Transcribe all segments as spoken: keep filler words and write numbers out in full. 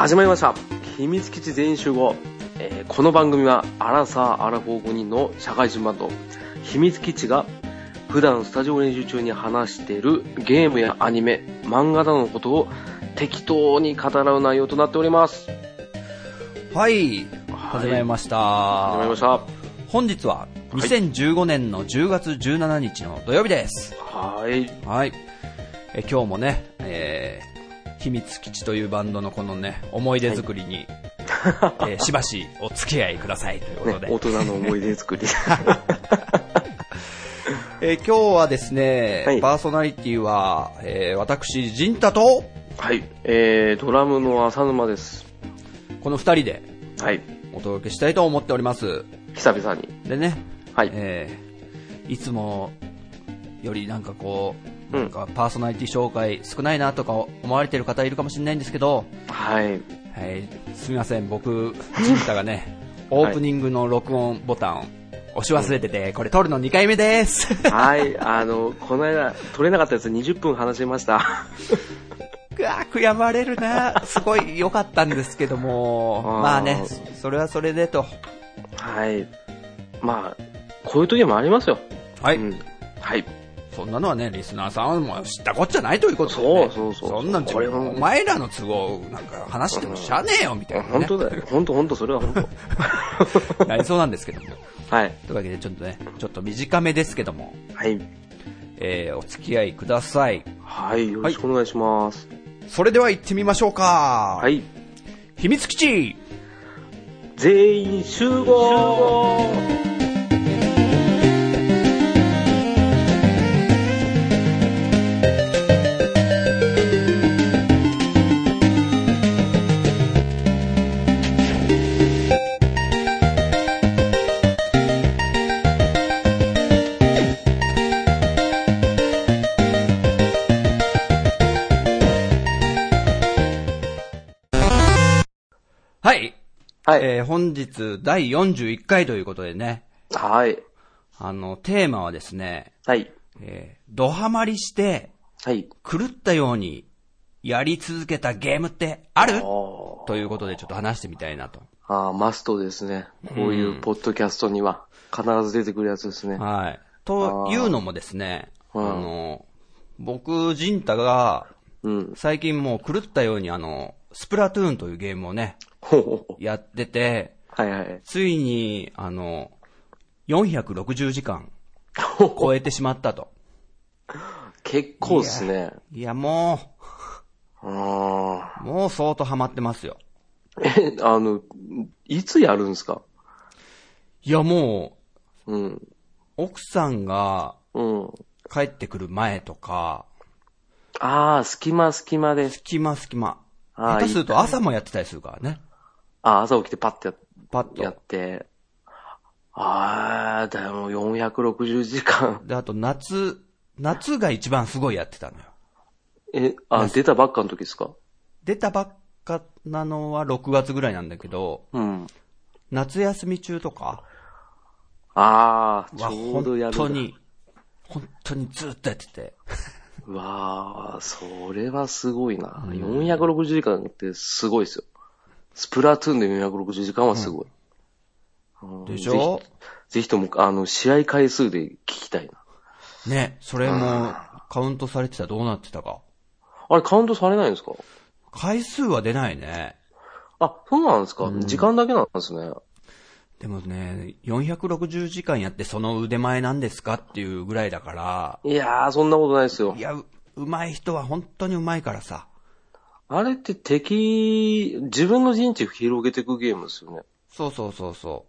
始まりました。秘密基地全員集合。えー、この番組はアラサー・アラフォーごにんの社会人バンド秘密基地が普段スタジオ練習中に話しているゲームやアニメ、漫画などのことを適当に語らう内容となっております。 はい、始まりました。 始まりました。 本日はにせんじゅうごねんのじゅうがつじゅうしちにちの土曜日です。 はい。 はい。え今日もね、えー、秘密基地というバンドのこのね思い出作りに、はいえー、しばしお付き合いくださいということで、 ね、大人の思い出作り。 えー、今日はですね、はい、パーソナリティは、えー、私陣太と、 はい、えー、ドラムの浅沼です。 この二人で、 はい、 お届けしたいと思っております。 久々に。 でね、 はい、 えー、いつもよりなんかこう、なんかパーソナリティ紹介少ないなとか思われてる方いるかもしれないんですけど、 はい、 はい、すみません、僕陣太がね、オープニングの録音ボタンを押し忘れてて、うん、これ撮るのにかいめです。 はい、あのこの間撮れなかったやつにじゅっぷん話しました。 うわ悔やまれるな。すごい良かったんですけども、あまあね、それはそれでと。 はい。まあこういう時もありますよ。 はい。 うん、はい。 そんなのはね、リスナーさんはもう知ったこっちゃないということで、ね。 そうそうそう。 そんなんこれお前らの都合なんか話してもしゃあねえよみたいな、ね。 本当だよ。本当本当それは本当。なりそうなんですけども。 はい。 というわけでちょっとね、ちょっと短めですけども。 はい。 えー、お付き合いください。 はい。よろしくお願いします。 はい、それでは行ってみましょうか。 はい。 秘密基地全員集合。 はい。 はい。 えー、本日だいよんじゅういっかいということでね。 はい。 あの、テーマはですね。 はい。 えー、ドハマりして、 はい。 狂ったようにやり続けたゲームってある？ということでちょっと話してみたいなと。 ああ、マストですね。こういうポッドキャストには必ず出てくるやつですね。 はい。というのもですね、あの、僕、ジンタが、最近もう狂ったようにあの、スプラトゥーンというゲームをね、やってて、 はいはい、 ついに、あの、よんひゃくろくじゅうじかん超えてしまったと。 結構っすね。 いや、いやもう、あもう相当ハマってますよ。 え、あの、いつやるんすか？ いや、もう、うん、 奥さんが、 うん、 帰ってくる前とか、 ああ、隙間隙間で。 隙間隙間。下手すると朝もやってたりするからね。 ああ、朝起きてパッてやパッとやって。ああ、でもよんひゃくろくじゅうじかん。 で、あと夏、夏が一番すごいやってたのよ。 え、あ、出たばっかの時ですか？ 出たばっかなのはろくがつぐらいなんだけど、 うん。 夏休み中とかああ、ちょうどやる。 本当に、本当にずっとやってて。 うわあ、それはすごいな、うん。よんひゃくろくじゅうじかんってすごいですよ。スプラトゥーンでよんひゃくろくじゅうじかんはすごい。 うん、でしょ？ ぜひ、ぜひとも、あの、試合回数で聞きたいな。 ね、それもカウントされてたらどうなってたか。 あれカウントされないんですか？ 回数は出ないね。 あ、そうなんですか、うん、時間だけなんですね。 でもね、よんひゃくろくじゅうじかんやってその腕前なんですかっていうぐらいだから。 いやー、そんなことないですよ。 いや、う、うまい人は本当にうまいからさ。 あれって敵、自分の陣地を広げていくゲームですよね。 そうそうそうそう。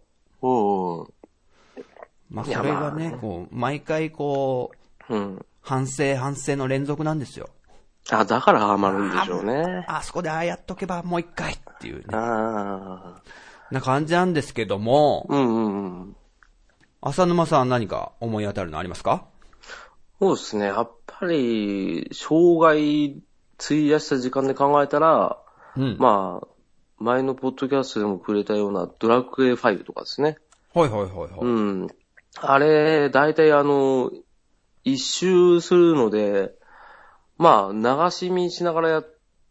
うんうん。 まあそれがね、まあ、こう、毎回こう、うん、反省反省の連続なんですよ。 あ、だからハマるんでしょうね。 あ、あそこでああやっとけばもう一回っていうね。 ああ。 な感じなんですけども、 うんうんうん。 浅沼さん何か思い当たるのありますか？ そうですね。やっぱり、生涯費やした時間で考えたら、うん、まあ、前のポッドキャストでもくれたようなドラクエファイブとかですね。 はいはいはいはい。 うん。あれ、だいたいあの、一周するので、まあ、流し見しながらやっ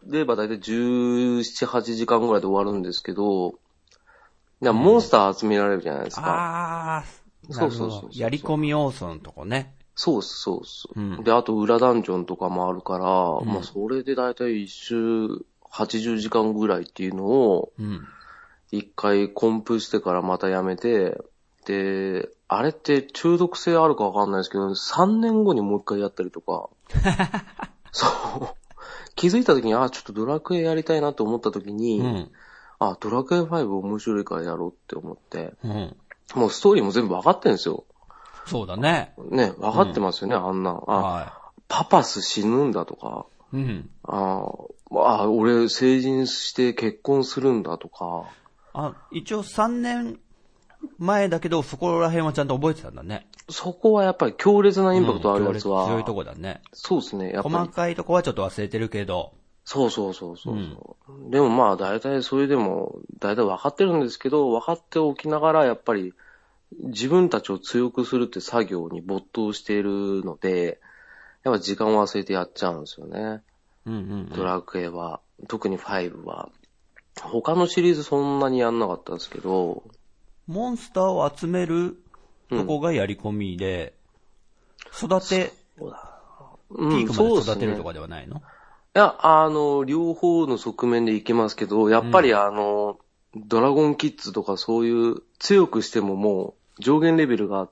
ればだいたいじゅうなな、はちじかんぐらいで終わるんですけど、モンスター集められるじゃないですか。 ああ、 そうそうそうそう。 やり込み要素のとこね。 そうそうそう、うん。で、あと裏ダンジョンとかもあるから、うん、まあそれでだいたい一周はちじゅうじかんぐらいっていうのを、一回コンプしてからまたやめて、で、あれって中毒性あるかわかんないですけど、さんねんごにもう一回やったりとか。そう。気づいた時に、あ、ちょっとドラクエやりたいなと思った時に、うん、あ、ドラクエファイブ面白いからやろうって思って、うん、もうストーリーも全部分かってんですよ。 そうだね。 ね、分かってますよね、うん、あんな。あ、はい、パパス死ぬんだとか、うん、ああ、俺成人して結婚するんだとか。 あ、一応さんねんまえだけど、そこら辺はちゃんと覚えてたんだね。 そこはやっぱり強烈なインパクトあるやつは。 うん、強いとこだね。 そうですね、やっぱり。 細かいとこはちょっと忘れてるけど。 そうそうそうそう、うん。でもまあ大体それでも、大体分かってるんですけど、分かっておきながらやっぱり自分たちを強くするって作業に没頭しているので、やっぱ時間を忘れてやっちゃうんですよね。うんうんうん、ドラクエは。特にファイブは。他のシリーズそんなにやんなかったんですけど、 モンスターを集めるとこがやり込みで、うん、育て、そうだ、うん、ピークまで育てるとかではないの？ いや、あの、両方の側面でいけますけど、やっぱりあの、うん、ドラゴンキッズとかそういう強くしてももう上限レベルがあって、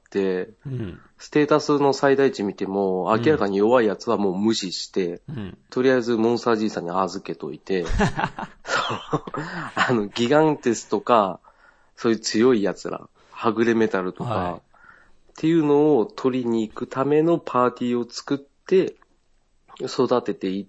うん、ステータスの最大値見ても明らかに弱いやつはもう無視して、うん、とりあえずモンスターじいさんに預けといて、あの、ギガンテスとか、そういう強い奴ら、はぐれメタルとか、はい、っていうのを取りに行くためのパーティーを作って、育てていって、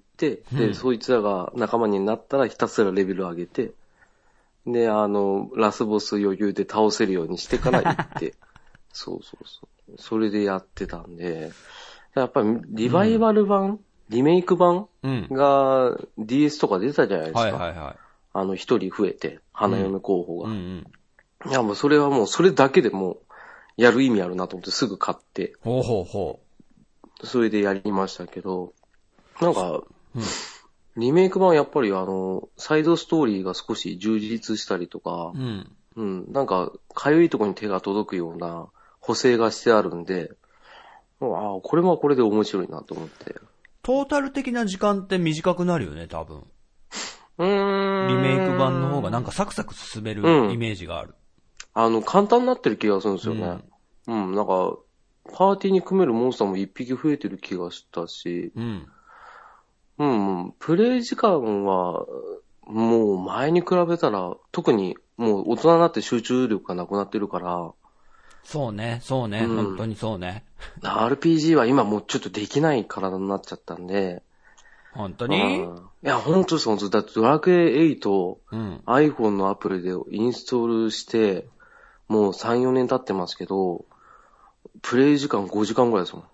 で、うん、そいつらが仲間になったらひたすらレベル上げて、で、あの、ラスボス余裕で倒せるようにしてから行って、そうそうそう。それでやってたんで、やっぱりリバイバル版、うん、リメイク版が ディーエス とか出たじゃないですか。はいはいはい。あの、一人増えて、花嫁候補が。うんうんうん、いや、もうそれはもう、それだけでもう、やる意味あるなと思ってすぐ買って。 ほうほうほう。それでやりましたけど、なんか、うん、リメイク版はやっぱりあの、サイドストーリーが少し充実したりとか、うん。うん。なんか、かゆいところに手が届くような補正がしてあるんで、ああ、これもこれで面白いなと思って。 トータル的な時間って短くなるよね、多分。うーん。リメイク版の方がなんかサクサク進めるイメージがある。 うん、あの、簡単になってる気がするんですよね。うん、うん、なんか、パーティーに組めるモンスターも一匹増えてる気がしたし、うん。うん、プレイ時間は、もう前に比べたら、特にもう大人になって集中力がなくなってるから、 そうね、そうね、うん、本当にそうね。 アールピージー は今もうちょっとできない体になっちゃったんで、 本当に、うん、 いや、本当です、本当だってドラクエエイト、うん、iPhone のアプリでインストールして、もうさん、よねん経ってますけど、プレイ時間ごじかんぐらいですもん。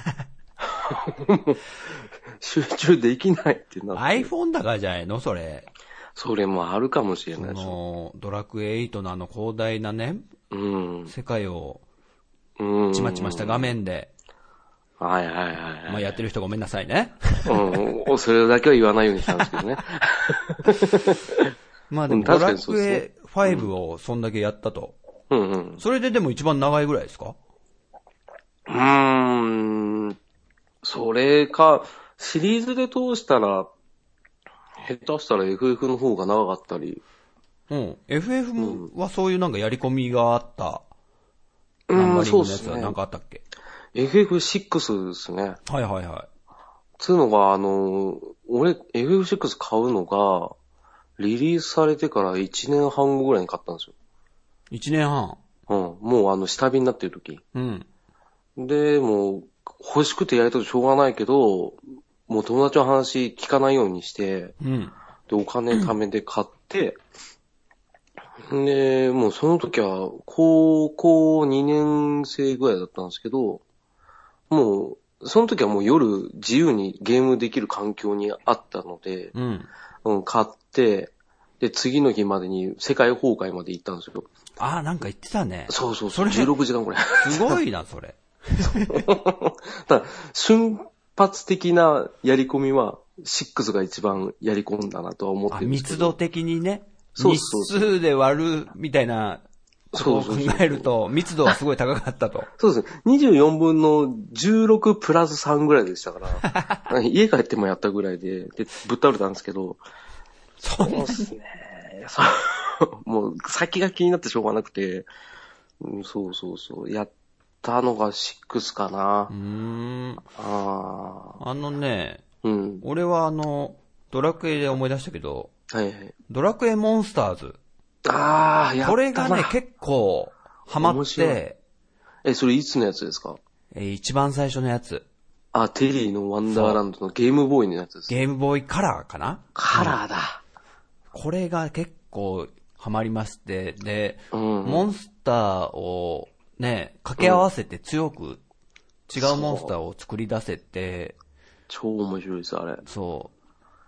集中できないってなって。 iPhone だからじゃないのそれ。 それもあるかもしれないし。その、ドラクエエイトのあの広大なね、うん、世界を、ちまちました画面で、 はいはいはい、はい。 まあやってる人ごめんなさいね。 うん。それだけは言わないようにしたんですけどね。 まあでも、ドラクエファイブをそんだけやったと。うんうん。それででも一番長いぐらいですか？ うーん。それか、シリーズで通したら、下手したら エフエフ の方が長かったり。 うん。エフエフ はそういうなんかやり込みがあった。うん、ナンバリングのやつはなんかあったっけ？ エフエフシックス ですね。 はいはいはい。 つうのが、あの、俺、エフエフシックス 買うのが、リリースされてからいちねんはん後ぐらいに買ったんですよ。 いちねんはん？ うん。もうあの、下火になってる時。うん。で、もう、欲しくてやりたくてしょうがないけど、もう友達の話聞かないようにして、うん。で、お金貯めて買って、うん、で、もうその時は、高校にねん生ぐらいだったんですけど、もう、その時はもう夜自由にゲームできる環境にあったので、うん。うん、買って、で、次の日までに世界崩壊まで行ったんですよ。 ああ、なんか言ってたね。 そうそうそう。じゅうろくじかんくらい。 すごいな、それ。 だ瞬発的なやり込みはろくが一番やり込んだなとは思ってるんですけど。 密度的にね。 そうそうそう。 日数で割るみたいなことを考えると、密度はすごい高かったと。 そうですね。にじゅうよんぶんのじゅうろくプラスさんぐらいでしたから、家帰ってもやったぐらいで、で、ぶっ倒れたんですけど、 そうですね。そうもう先が気になってしょうがなくて、うん、そうそうそう。やったのがろくかな。 うーん。 ああのね、 うん、 俺はあの、ドラクエで思い出したけど、 はいはい。 ドラクエモンスターズ。 ああ、やったな。 これがね、結構、ハマって、 え、それいつのやつですか？ え、一番最初のやつ。 あ、テリーのワンダーランドのゲームボーイのやつです、 ね。ゲームボーイカラーかな？ カラーだ。 うん、これが結構ハマりまして、で、うん、モンスターをね、掛け合わせて強く、うん、違うモンスターを作り出せて、 超面白いです、あれ。 そう。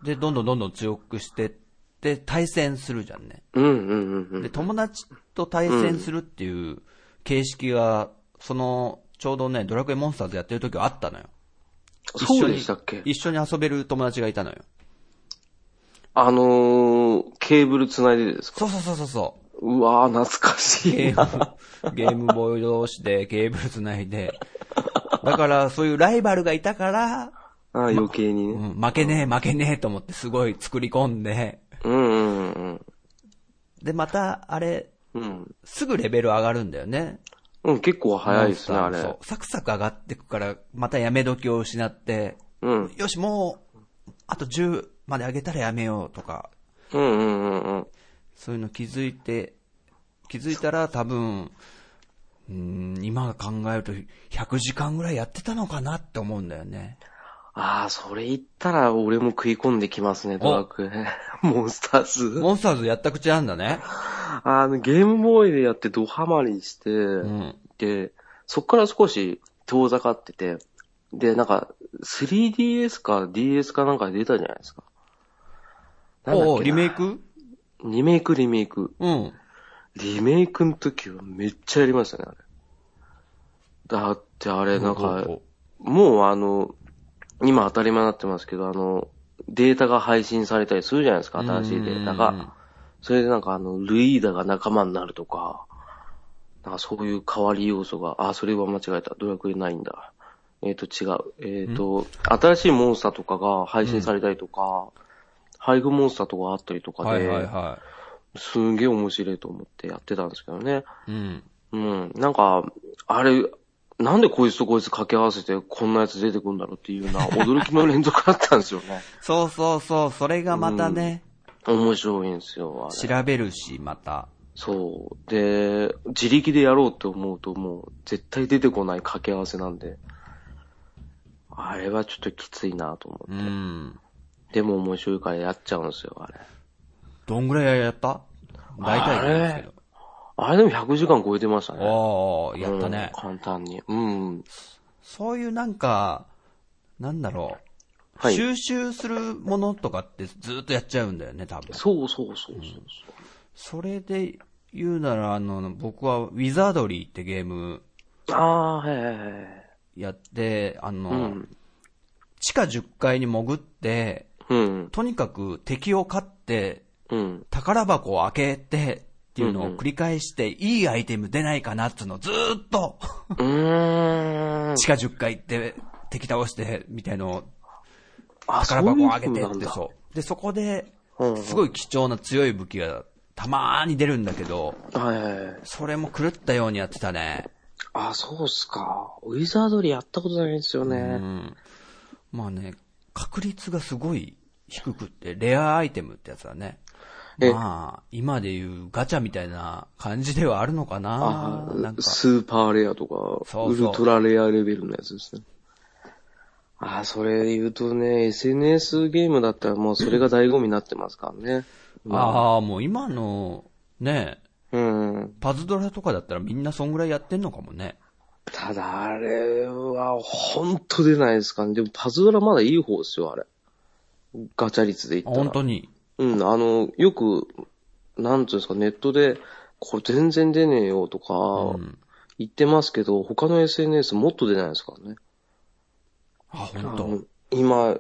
で、どんどんどんどん強くして、で、対戦するじゃんね。 うんうんうんうん。 で、友達と対戦するっていう形式が、その、ちょうどね、ドラクエモンスターズやってる時はあったのよ。 そうでしたっけ？ 一緒に遊べる友達がいたのよ。 あのー、ケーブル繋いでですか？ そうそうそうそう。 うわー、懐かしいな。 ゲーム、ゲームボーイ同士でケーブル繋いで。だから、そういうライバルがいたから、 ああ、余計にね、 まうん。負けねえ、負けねえと思ってすごい作り込んで。 うんうんうん。 で、また、あれ、 うん、 すぐレベル上がるんだよね。 うん、結構早いですね、あれ。そう。 サクサク上がってくから、またやめ時を失って、 うん。 よし、もう、あとじゅうまで上げたらやめようとか。 うんうんうんうん。 そういうの気づいて、気づいたら多分、うーん、今考えるとひゃくじかんぐらいやってたのかなって思うんだよね。 ああ、それ言ったら俺も食い込んできますね、ドラクエ。モンスターズ。 モンスターズやった口あんだね。 あの、ゲームボーイでやってドハマりして、うん、で、そっから少し遠ざかってて、で、なんか、スリーディーエス か ディーエス かなんかで出たじゃないですか。 なんだっけな。おう、リメイク？ リメイク、リメイク。 うん。 リメイクの時はめっちゃやりましたね、あれ。だってあれ、なんか、もうあの、今当たり前になってますけど、あの、データが配信されたりするじゃないですか、新しいデータが。それでなんかあの、ルイーダが仲間になるとか、なんかそういう変わり要素が、あ、それは間違えた。ドラクエないんだ。えっと、違う。えっと、新しいモンスターとかが配信されたりとか、配布モンスターとかあったりとかで、はいはいはい、すんげえ面白いと思ってやってたんですけどね。うん。うん。なんか、あれ、なんでこいつとこいつ掛け合わせてこんなやつ出てくるんだろうっていうような驚きの連続だったんですよね。 そうそうそう、それがまたね。 うん、面白いんですよ、あれ。 調べるし、また。 そう。で、自力でやろうって思うともう絶対出てこない掛け合わせなんで、あれはちょっときついなと思って。うん。でも面白いからやっちゃうんですよ、あれ。 どんぐらいやった大体ですけど。 あれでもひゃくじかん超えてましたね。 ああ、やったね、 うん。簡単に。うん。 そういうなんか、なんだろう。はい、収集するものとかってずっとやっちゃうんだよね、多分。 そうそうそうそうそう、うん。 それで言うなら、あの、僕はウィザードリーってゲーム。 ああ、はいはいはい。 やって、あの、うん、地下じゅっかいに潜って、うん、とにかく敵を勝って、うん、宝箱を開けてっていうのを繰り返して、うんうん、いいアイテム出ないかなっていうのをずーっとうーん地下じゅっかい行って敵倒してみたいのを宝箱を開けてってそうでそこですごい貴重な強い武器がたまーに出るんだけど、はいはいはい、それも狂ったようにやってたね。 あ、そうっすか。ウィザードリーやったことないんですよね。うん。 まあね、確率がすごい低くって、レアアイテムってやつはね。まあ、今でいうガチャみたいな感じではあるのかな。 あなんかスーパーレアとかそうそう、ウルトラレアレベルのやつですね。あ、それ言うとね、エスエヌエス ゲームだったらもうそれが醍醐味になってますからね。 ああ、もう今の、ね、 うん。 パズドラとかだったらみんなそんぐらいやってんのかもね。 ただあれはほんと出ないですかね。でもパズドラまだいい方ですよ、あれ。ガチャ率で言ったら。 本当に。 うん、あの、よく、なんつうんですか、ネットで、これ全然出ねえよとか、言ってますけど、うん、他の エスエヌエス もっと出ないですからね。 あ、本当。 今、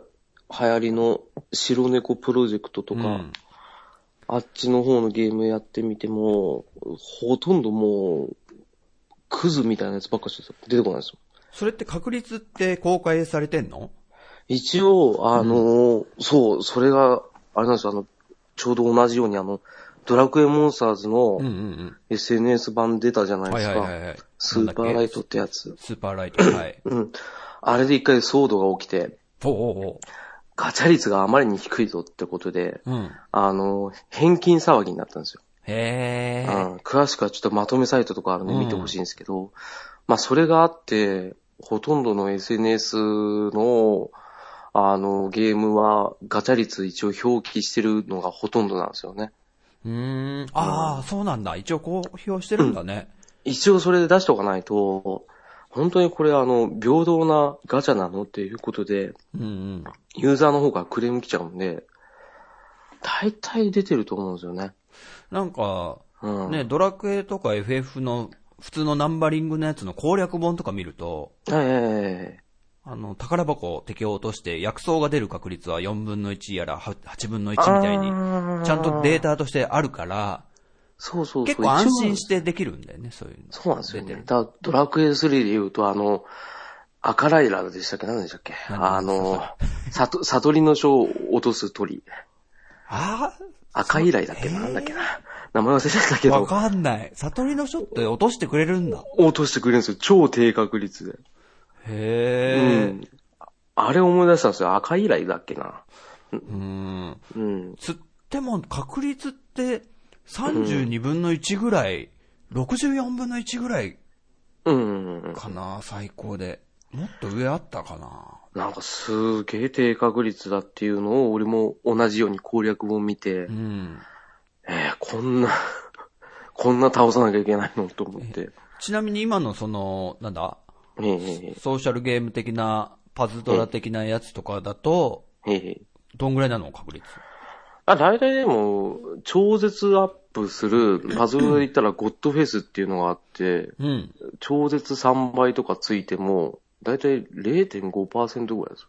流行りの白猫プロジェクトとか、うん、あっちの方のゲームやってみても、ほとんどもう、クズみたいなやつばっかし出てこないですよ。 それって確率って公開されてんの？ 一応、あの、うん、そう、それが、あれなんですよ、あの、ちょうど同じようにあの、ドラクエモンスターズの エスエヌエス 版出たじゃないですか。はいはいはい、スーパーライトってやつ。 スーパーライト、はい。 うん。あれで一回騒動が起きて、 おうおうおう、 ガチャ率があまりに低いぞってことで、うん、あの、返金騒ぎになったんですよ。 へー。 うん、詳しくはちょっとまとめサイトとかあるんで見てほしいんですけど、うん、まあそれがあって、ほとんどの エスエヌエス の、あの、ゲームはガチャ率一応表記してるのがほとんどなんですよね。 うーん。ああ、うん、そうなんだ。一応公表してるんだね、 うん。一応それで出しておかないと、本当にこれあの、平等なガチャなのっていうことで、うんうん、ユーザーの方からクレーム来ちゃうんで、大体出てると思うんですよね。 なんか、うん、ね、ドラクエとか エフエフ の普通のナンバリングのやつの攻略本とか見ると、 ええー、 あの、宝箱敵を落として薬草が出る確率はよんぶんのいちやらはちぶんのいちみたいに、ちゃんとデータとしてあるから、 そうそうそう。 結構安心してできるんだよね、そういうの。 そうなんですよね。だドラクエスリーで言うと、あの、赤ライラーでしたっけ？何でしたっけ？あの、さと、悟りの書を落とす鳥。 ああ赤いライだっけ？なんだっけな。名前忘れちゃったけど。 わかんない。悟りの書って落としてくれるんだ。 落としてくれるんですよ。超低確率で。 へー。うん。 あれ思い出したんですよ。赤いライだっけな。 うーん。うん。つっても確率ってさんじゅうにぶんのいちぐらい、うん、ろくじゅうよんぶんのいちぐらいかな、うんうん、最高で。もっと上あったかな。 なんかすげえ低確率だっていうのを俺も同じように攻略本見て、うん、えー、こんなこんな倒さなきゃいけないのと思って。 ちなみに今のそのなんだ、 えー、 ソーシャルゲーム的なパズドラ的なやつとかだと、えー、どんぐらいなの確率？ あ、大体でも超絶アップするパズドラで言ったらゴッドフェイスっていうのがあって、うん、超絶さんばいとかついてもだいたい れいてんごパーセント ぐらいです。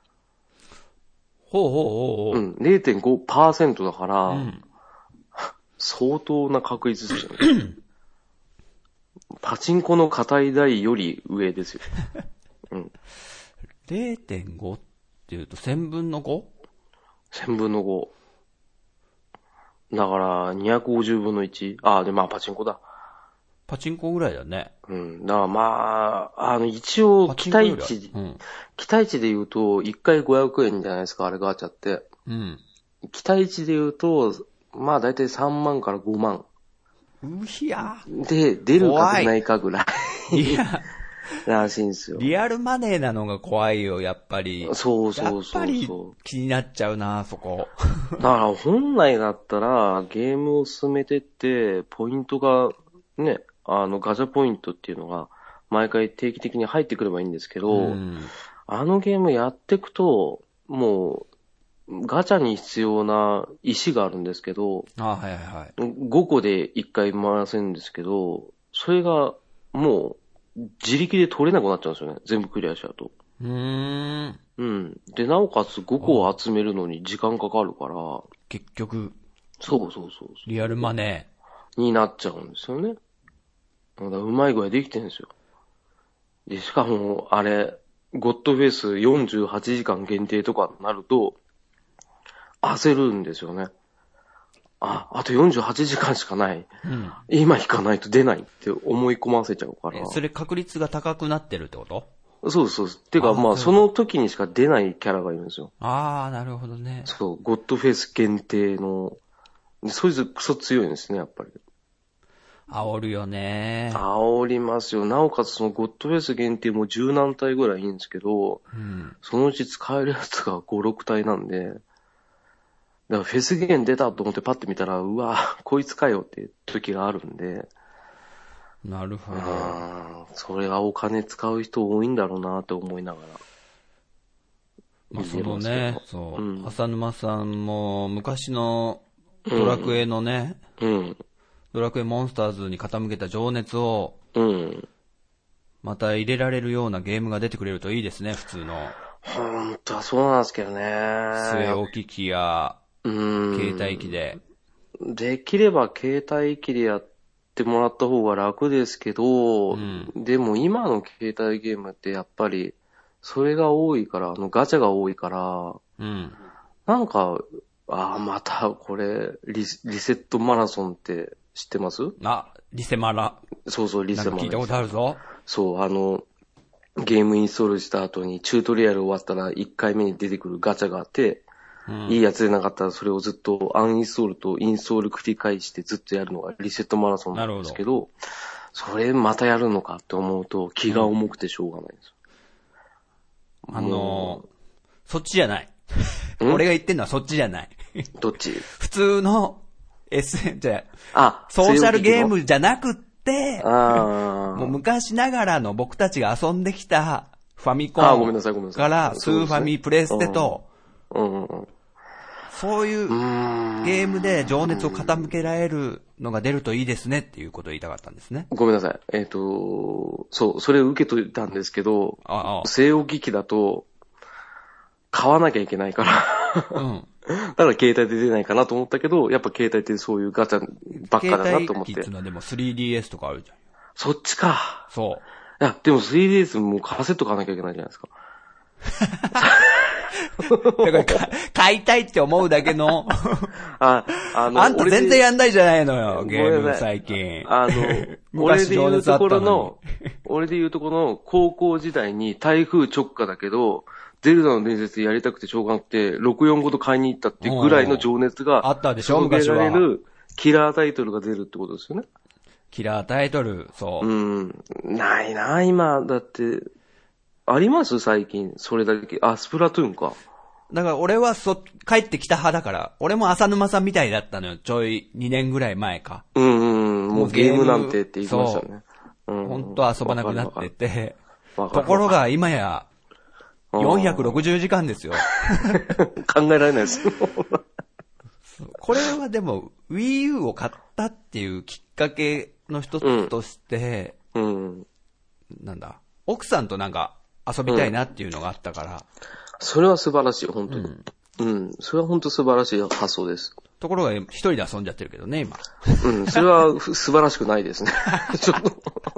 ほうほうほうほう。うん、 れいてんごパーセント だから、うん、相当な確率ですよね。パチンコの硬い台より上ですよ。うん、 れいてんご って言うとせんぶんの ご？ せんぶんのご。だから、にひゃくごじゅうぶんのいち。あ、で、まあ、パチンコだ。 パチンコぐらいだね。 うん。だからまあ、あの、一応、期待値、うん、期待値で言うと、いっかいごひゃくえんじゃないですか、あれガチャって。うん。期待値で言うと、まあ、だいたいさんまんからごまん。 うひや。 で、出るか出ないかぐらい。いや。らしいんですよ。 リアルマネーなのが怖いよ、やっぱり。 そうそうそうそう。やっぱり気になっちゃうな、そこ。 だから本来だったら、ゲームを進めてって、ポイントが、ね、あの、ガチャポイントっていうのが、毎回定期的に入ってくればいいんですけど、うん、あのゲームやっていくと、もう、ガチャに必要な石があるんですけど、 あ、はいはい、 ごこでいっかい回せるんですけど、それが、もう、自力で取れなくなっちゃうんですよね。全部クリアしちゃうと。 うーん。 うん。で、なおかつごこを集めるのに時間かかるから。 結局。 そうそうそうそう。 リアルマネー。になっちゃうんですよね。だからうまい具合できてるんですよ。で、しかも、あれ、ゴッドフェイスよんじゅうはちじかん限定とかになると、焦るんですよね。あ、あとよんじゅうはちじかんしかない。うん、今引かないと出ないって思い込ませちゃうから。 それ確率が高くなってるってこと？ そうです、そうです。てか、まあ、その時にしか出ないキャラがいるんですよ。 ああ、なるほどね。 そう、ゴッドフェイス限定の、そいつクソ強いんですね、やっぱり。 煽るよね。 煽りますよ。なおかつそのゴッドフェイス限定も十何体ぐらいいいんですけど、うん、そのうち使えるやつがご、ろく体なんで、だからフェスゲーム出たと思ってパッて見たら、うわ、こいつかよっていう時があるんで。 なるほど。 それはお金使う人多いんだろうなって思いながら。 まあ、そのね、そう、うん、浅沼さんも昔のドラクエのね、うんうん、ドラクエモンスターズに傾けた情熱を、うん、また入れられるようなゲームが出てくれるといいですね、普通の。 ほんとはそうなんですけどね。 据え置き機や、携帯機で。 できれば携帯機でやってもらった方が楽ですけど、うん、でも今の携帯ゲームってやっぱり、それが多いから、あのガチャが多いから、うん、なんか、ああ、またこれリ、リセットマラソンって知ってます？ あ、リセマラ。 そうそう、リセマラ。 聞いたことあるぞ。 そう、あの、ゲームインストールした後にチュートリアル終わったらいっかいめに出てくるガチャがあって、うん、いいやつでなかったらそれをずっとアンインストールとインストール繰り返してずっとやるのがリセットマラソンなんですけど、それまたやるのかって思うと気が重くてしょうがないです。 うん、あのー、そっちじゃない。俺が言ってんのはそっちじゃない。 どっち？ 普通の エスエヌ、じゃあ、ソーシャルゲームじゃなくって、あもう昔ながらの僕たちが遊んできたファミコンからスーファミプレステと、うんうん、そういうゲームで情熱を傾けられるのが出るといいですねっていうことを言いたかったんですね。 ごめんなさい。えっと、そう、それを受け取ったんですけど、ああ据え置き機だと買わなきゃいけないから、うん、だから携帯で出ないかなと思ったけど、やっぱ携帯ってそういうガチャばっかだなと思って。 携帯機っていうのはでも スリーディーエス とかあるじゃん。 そっちか。 そう。 いや、でも スリーディーエス もうカセット買わなきゃいけないじゃないですか。 だから買いたいって思うだけのあ、あの、 あんた全然やんないじゃないのよ、ゲーム最近。 あの、俺で言うところの、俺で言うところの高校時代に台風直下だけど、ゼルダの伝説やりたくてしょうがなくて、ろくよんごと買いに行ったっていうぐらいの情熱が、 あったでしょ、昔は。 届けられるキラータイトルが出るってことですよね。 キラータイトル、そう。 うん。ないな、今。だって、あります最近。それだけ。あ、スプラトゥーンか。 だから俺はそ、帰ってきた派だから、俺も浅沼さんみたいだったのよ。ちょいにねんぐらい前か。 うんうん。もうゲームなんてって言いましたね。 そう。うん、本当遊ばなくなってて。ところが今や、よんひゃくろくじゅうじかんですよ。 考えられないです。 これはでも Wii U を買ったっていうきっかけの一つとして、うんうん、なんだ、奥さんとなんか遊びたいなっていうのがあったから。うん、 それは素晴らしい、本当に。うん。うん、それは本当素晴らしい発想です。 ところが一人で遊んじゃってるけどね、今。 うん、それは素晴らしくないですね。ちょっ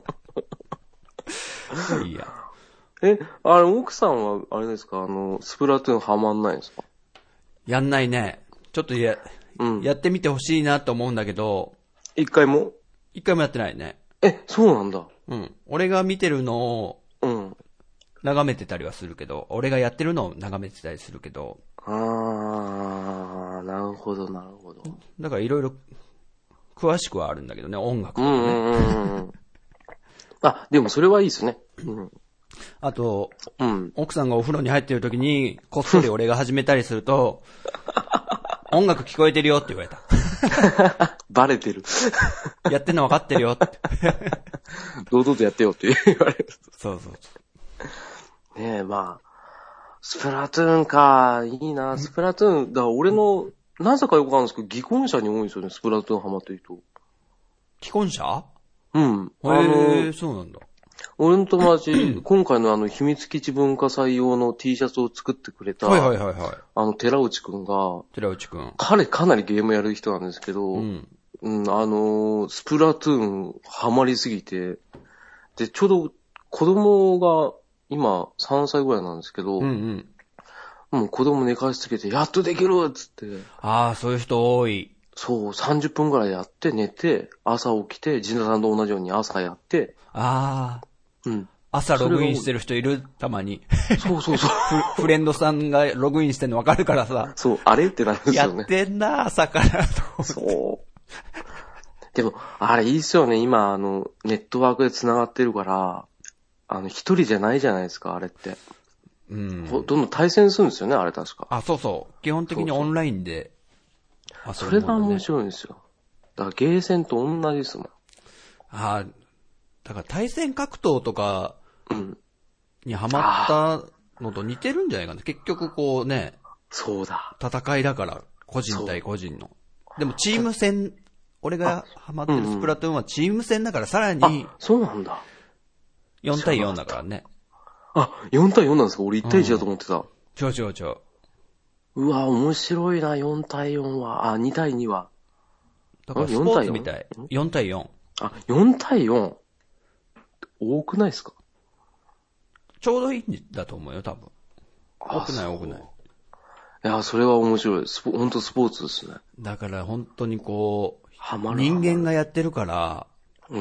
と。いいや。え、あれ、奥さんは、あれですか、あの、スプラトゥーンハマんないんですか？ やんないね。ちょっとや、うん、やってみてほしいなと思うんだけど。 一回も？ 一回もやってないね。 え、そうなんだ。 うん。俺が見てるのを、うん。眺めてたりはするけど、俺がやってるのを眺めてたりするけど。 あー、なるほど、なるほど。 だからいろいろ、詳しくはあるんだけどね、音楽とかね。うんうんうん。 あ、でもそれはいいですね。うん。 あと、うん、奥さんがお風呂に入ってる時に、こっそり俺が始めたりすると、音楽聞こえてるよって言われた。 バレてる。 やってんの分かってるよって。 堂々とやってよって言われる。 そうそうそう。 ねえ、まあ、スプラトゥーンか、いいな、スプラトゥーン、だから俺の、なぜかよくわかるんですけど、既婚者に多いんですよね、スプラトゥーンハマってる人。 既婚者？ うん。 へぇー、そうなんだ。 俺の友達、今回のあの、秘密基地文化祭用の T シャツを作ってくれた、 はいはいはいはい。 あの、寺内くんが、 寺内くん。 彼かなりゲームやる人なんですけど、うん、うん、あの、スプラトゥーンハマりすぎて、で、ちょうど子供が今さんさいぐらいなんですけど、うんうん、もう子供寝かしつけて、やっとできるっつって。 ああ、そういう人多い。 そう、さんじゅっぷんぐらいやって寝て、朝起きて、ジンダさんと同じように朝やって、 ああ。うん。朝ログインしてる人いるたまに。 そうそうそうフ。フレンドさんがログインしてんの分かるからさ。 そう、あれってなるんですよね。 やってんな、朝からと。 そう。でも、あれいいっすよね。今、あの、ネットワークで繋がってるから、あの、一人じゃないじゃないですか、あれって。うん。どんどん対戦するんですよね、あれ確か。 あ、そうそう。基本的にオンラインで。 そうそう、それが面白いんですよ。だからゲーセンと同じですもん。 ああ。だから対戦格闘とかにハマったのと似てるんじゃないかな。結局こうね。 そうだ。 戦いだから、個人対個人の。でもチーム戦、俺がハマってるスプラトゥーンはチーム戦だからさらに。 そうなんだ。 よん対よんだからね。 あ、よん対よんなんですか？俺いち対いちだと思ってた。 ちょちょちょ。 うわ、面白いな、よん対よんは。あ、に対には。 だからスポーツみたい。よん対よん。 あ、よん対よん。多くないですか？ ちょうどいいんだと思うよ、多分。多くない多くない。 いや、それは面白い。スポ、本当スポーツですね。 だから本当にこう、はまる人間がやってるから、うん、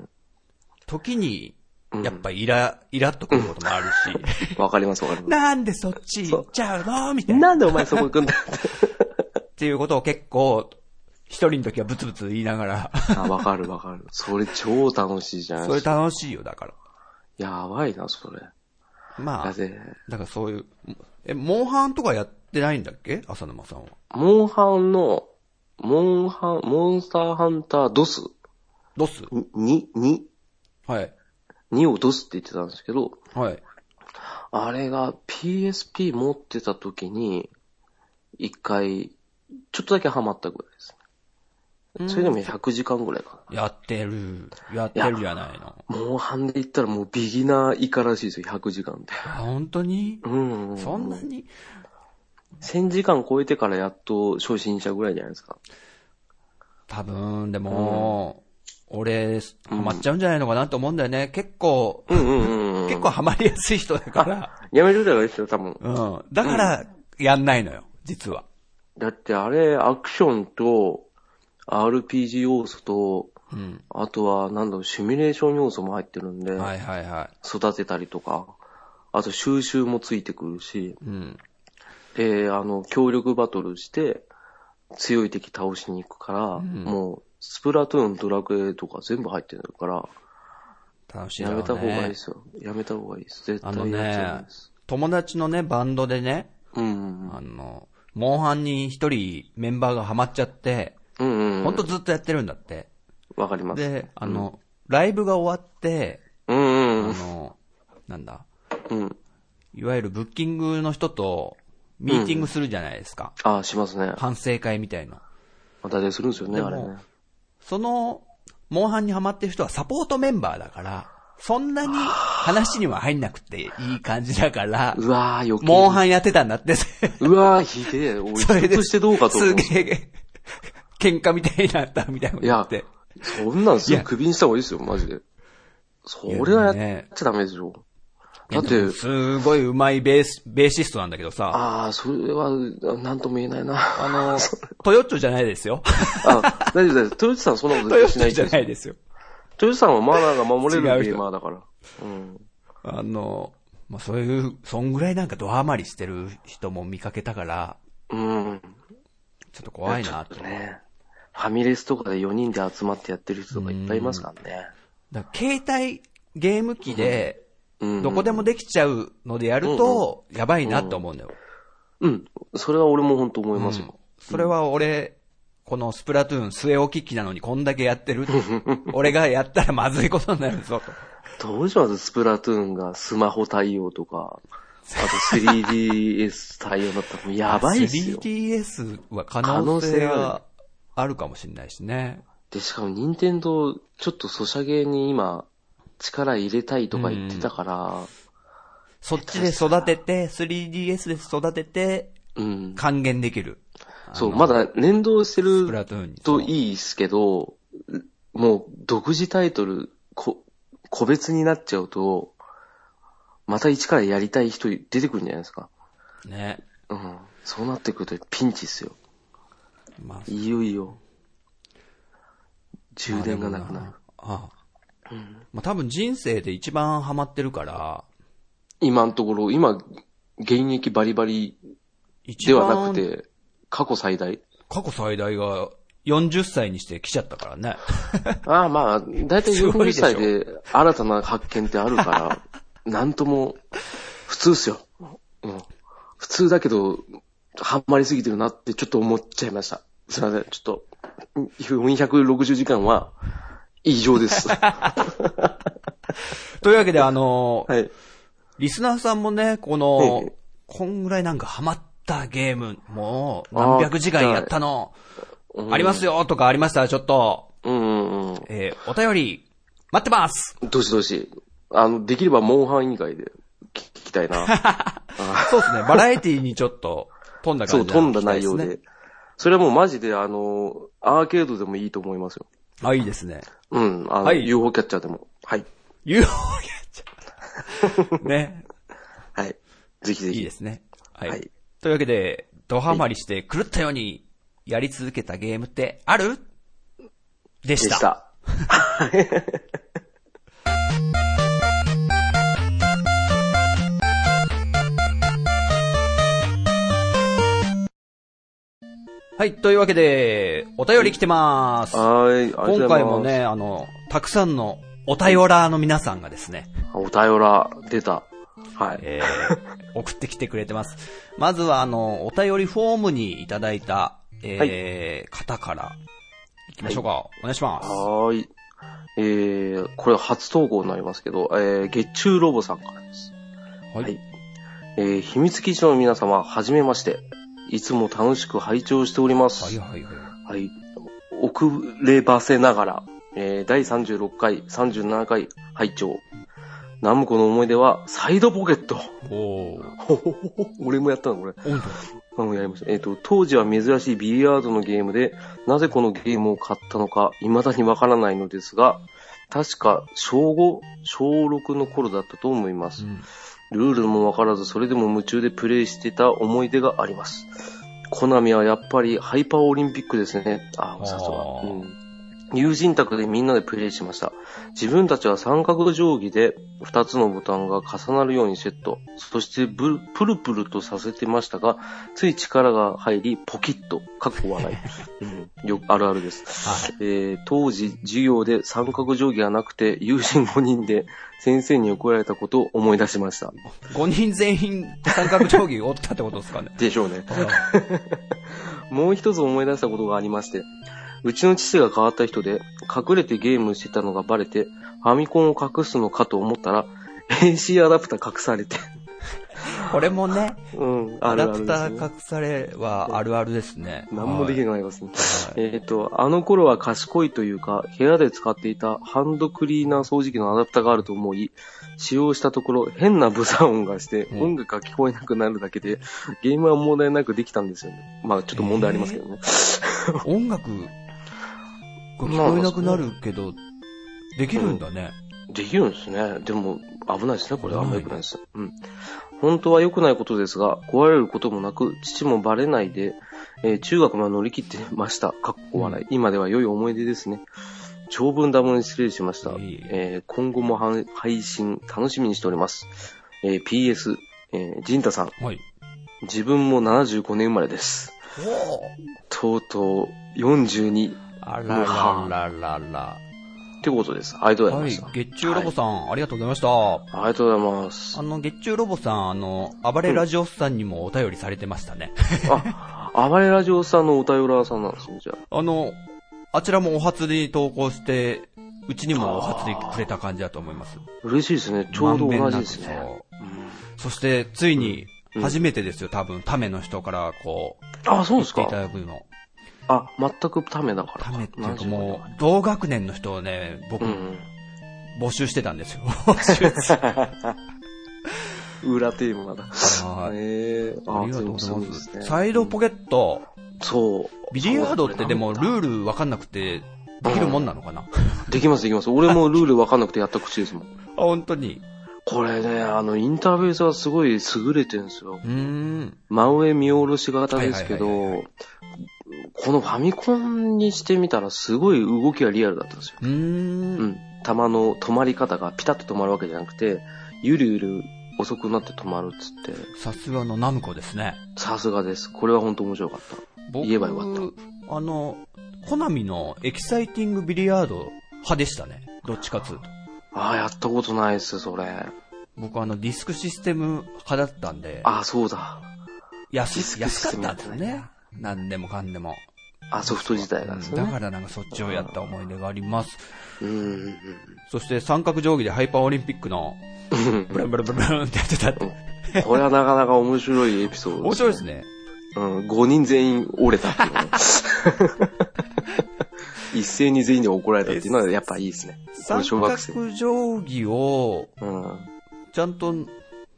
時に、やっぱイラ、イラっとくることもあるし。 わかりますわかります。 なんでそっち行っちゃうのみたいな。 なんでお前そこ行くんだっていうことを結構、一人の時はブツブツ言いながら。 あ、わかるわかる。それ超楽しいじゃないですか。それ楽しいよ、だから。 やばいな、それ。 まあ、だからそういう、え、モンハンとかやってないんだっけ？浅沼さんは。 モンハンの、モンハン、モンスターハンタードス。 ドス？ に、に？ はい。 にをドスって言ってたんですけど、 はい。 あれが ピーエスピー 持ってた時に、一回、ちょっとだけハマったぐらいですね。それでもひゃくじかんぐらいかな。やってる。やってるじゃないの。 モンハンで言ったらもうビギナー以下らしいですよ、ひゃくじかんって。 あ、本当に？ うん、うん。 そんなに？ せんじかん超えてからやっと初心者ぐらいじゃないですか。 多分、でも、うん、俺、ハマっちゃうんじゃないのかなと思うんだよね。結構、うんうんうん、結構ハマりやすい人だから。 やめるだろですよ、多分。 うん。だから、やんないのよ、実は。 だってあれ、アクションと、アールピージー 要素と、うん、あとは、なんだろう、シミュレーション要素も入ってるんで、 はいはいはい。 育てたりとか、あと収集もついてくるし、うん、で、あの、協力バトルして、強い敵倒しに行くから、うん、もう、スプラトゥーン、ドラクエとか全部入ってるから、 楽しいだろうね。 やめた方がいいですよ。やめた方がいいです。絶対やめた方がいいです。 あのね、友達のね、バンドでね、うんうんうん、あの、モンハンに一人メンバーがハマっちゃって、うんうんうん、ほんとずっとやってるんだって。 わかります。 で、あの、うん、ライブが終わって、うんうんうん、あの、なんだ、うん、いわゆるブッキングの人とミーティングするじゃないですか。 うん、ああ、しますね。 反省会みたいな。 またでするんですよね、あれね。 その、モンハンにハマってる人はサポートメンバーだから、そんなに話には入んなくていい感じだから、 うわー、余計モンハンやってたんだって。 うわー、ひでえ。俺、それとしてどうかと思う。 すげえ、喧嘩みたいになったみたいなこと言って。いや、 そんなんすぐ首にした方がいいですよ、マジで。それはやっちゃダメですよ。 だって、すごい上手いベース、ベーシストなんだけどさ。 ああ、それは、なんとも言えないな。 あの、トヨッチョじゃないですよ。 あ、大丈夫です。トヨッチョさんそんなことしないです。 トヨッチョじゃないですよ。 トヨッチョさんはマナーが守れるゲーマーだから。うん。 あの、まあ、そういう、そんぐらいなんかドハマりしてる人も見かけたから、うん。ちょっと怖いなと。 ね。ファミレスとかでよにんで集まってやってる人がいっぱいいますからね。 だから携帯ゲーム機で、うん、どこでもできちゃうのでやると、やばいなって思うんだよ。 うん。うん、それは俺も本当思いますよ。うん、 それは俺、このスプラトゥーン据え置き機なのにこんだけやってる。俺がやったらまずいことになるぞと。どうしますスプラトゥーンがスマホ対応とか、あと スリーディーエス 対応だったらもうやばいっすよ。 スリーディーエス は可能性はあるかもしれないしね。 で、しかも任天堂ちょっとソシャゲに今、力入れたいとか言ってたから、うん、 そっちで育てて、スリーディーエス で育てて、うん、還元できる。 そう、まだ連動してるといいですけど、もう独自タイトル、こ、個別になっちゃうと、また一からやりたい人出てくるんじゃないですか。 ね。 うん。そうなってくるとピンチっすよ。まあ、いよいよ、充電がなくなる。 ああ。うん、まあ、多分人生で一番ハマってるから。 今のところ、今、現役バリバリではなくて、過去最大過去最大がよんじゅっさいにして来ちゃったからね。 ああまあ、だいたいよんじゅっさいで新たな発見ってあるから、なんとも、普通っすよ。うん。普通だけど、ハマりすぎてるなってちょっと思っちゃいました。すいません、ちょっと、よんひゃくろくじゅうじかんは、異常です。 というわけで、あのー、はい、リスナーさんもね、この、はい、こんぐらいなんかハマったゲーム、もう何百時間やったの、あ, ありますよとかありましたらちょっと、うんうんうんえー、お便り待ってます。 どしどし。あの、できればモンハン以外で、 聞きたいな。 そうですね。バラエティにちょっと飛んだ感じ、ね、 そう、飛んだ内容で。それはもうマジであの、アーケードでもいいと思いますよ。 あ、いいですね。 うん、あの、はい、ユーフォー キャッチャーでも。はい。 ユーフォー キャッチャー。ね。 はい。ぜひぜひ。 いいですね。はい。はい、というわけで、ドハマりして狂ったようにやり続けたゲームってある？でした。でした。はい。というわけで、お便り来てまーす。 はい。 今回もね、あの、たくさんのお便らーの皆さんがですね。 お便らー、出た。はい。 えー、送ってきてくれてます。まずは、あの、お便りフォームにいただいた、えー、はい、方から行きましょうか。はい、お願いします。 はーい。えー、これは初投稿になりますけど、えー、月中ロボさんからです。はい。はい、えー、秘密基地の皆様、はじめまして。いつも楽しく拝聴しております。 はいはいはい。 はい。遅ればせながら、えー、だいさんじゅうろっかい、さんじゅうななかい拝聴。ナムコの思い出はサイドポケット。 おー。俺もやったのこれ。うん、やりました。えっ、ー、と、当時は珍しいビリヤードのゲームで、なぜこのゲームを買ったのか、未だにわからないのですが、確か、小ご、小ろくの頃だったと思います。うん、ルールもわからず、それでも夢中でプレイしてた思い出があります。コナミはやっぱりハイパーオリンピックですね。あ、さすが。うん。友人宅でみんなでプレイしました。自分たちは三角定規で二つのボタンが重なるようにセット。そしてブプルプルとさせてましたが、つい力が入り、ポキッと、かっこ笑い。うん、よあるあるです。はい、えー、当時、授業で三角定規がなくて、友人ごにんで先生に怒られたことを思い出しました。 ごにん全員三角定規を折ったってことですかね。 でしょうね。もう一つ思い出したことがありまして、うちの父が変わった人で、隠れてゲームしてたのがバレて、ファミコンを隠すのかと思ったら、エーシー アダプター隠されて。 これもね、 うん、 あるあるですね。アダプター隠されはあるあるですね。 何もできないですね。はい、えっ、ー、と、あの頃は賢いというか、部屋で使っていたハンドクリーナー掃除機のアダプターがあると思い、使用したところ、変なブザー音がして、音楽が聞こえなくなるだけで、ゲームは問題なくできたんですよね。まあちょっと問題ありますけどね。 えー、音楽聞こえなくなるけど、できるんだね、 うん。できるんですね。でも、危ないですね。これあんま良くないです。うん。本当は良くないことですが、壊れることもなく、父もバレないで、えー、中学まで乗り切ってました。かっこ笑い。うん、今では良い思い出ですね。長文ダムに失礼しました。えー、今後も配信楽しみにしております。えー、ピーエス、えー、ジンタさん。はい。自分もななじゅうごねん生まれです。とうとうよんじゅうに。 あららららら。 ってことです。ありがとうございました。 はい。月中ロボさん、はい、ありがとうございました。 ありがとうございます。 あの、月中ロボさん、あの、暴れラジオスさんにもお便りされてましたね。 うん、あ、暴れラジオスさんのお便らさんなんですね、じゃあ。 あの、あちらもお初に投稿して、うちにもお初にくれた感じだと思います。 嬉しいですね。ちょうど同じですね。 うん、そして、ついに、初めてですよ、多分、ための人から、こう。 あ、そうですか。 言っていただくの。 あ、全くためだから。 ためっていうかもう、同学年の人をね、僕、うん、募集してたんですよ。 裏テーマだ。 あ、えー、ありがとうございます。 ね、 サイドポケット。 そう。 ビリヤードってでもルール分かんなくて、できるもんなのかな、 うん、できますできます。俺もルール分かんなくてやった口ですもん。あ、 本当に。 これね、あの、インターフェースはすごい優れてるんですよ。うーん。真上見下ろし型ですけど、このファミコンにしてみたらすごい動きがリアルだったんですよ。うーん。うん。弾の止まり方がピタッと止まるわけじゃなくて、ゆるゆる遅くなって止まるっつって。 さすがのナムコですね。 さすがです。これは本当面白かった。 僕、 言えばよかった。 あの、コナミのエキサイティングビリヤード派でしたね。どっちかつうと。 ああ、やったことないです、それ。 僕あの、ディスクシステム派だったんで。 ああ、そうだ。 安、安かったんですよね。何でもかんでも。 あ、ソフト自体がですね、 うん。だからなんかそっちをやった思い出があります。 うん。 そして三角定規でハイパーオリンピックの、ブルンブルンブルンってやってたって。 これはなかなか面白いエピソードです、ね。 面白いですね。 うん、ごにん全員折れたっていうね。一斉に全員で怒られたっていうのはやっぱいいですね。 三角定規を、ちゃんと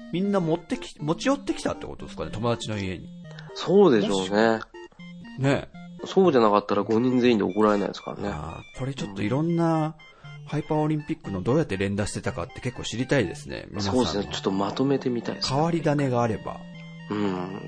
みんな持ってき、持ち寄ってきたってことですかね、友達の家に。 そうでしょうね。 ね。 そうじゃなかったらごにん全員で怒られないですからね。 あこれちょっといろんな、ハイパーオリンピックのどうやって連打してたかって結構知りたいですね。皆さんそうですね。ちょっとまとめてみたいです、ね。 変わり種があれば。 うん。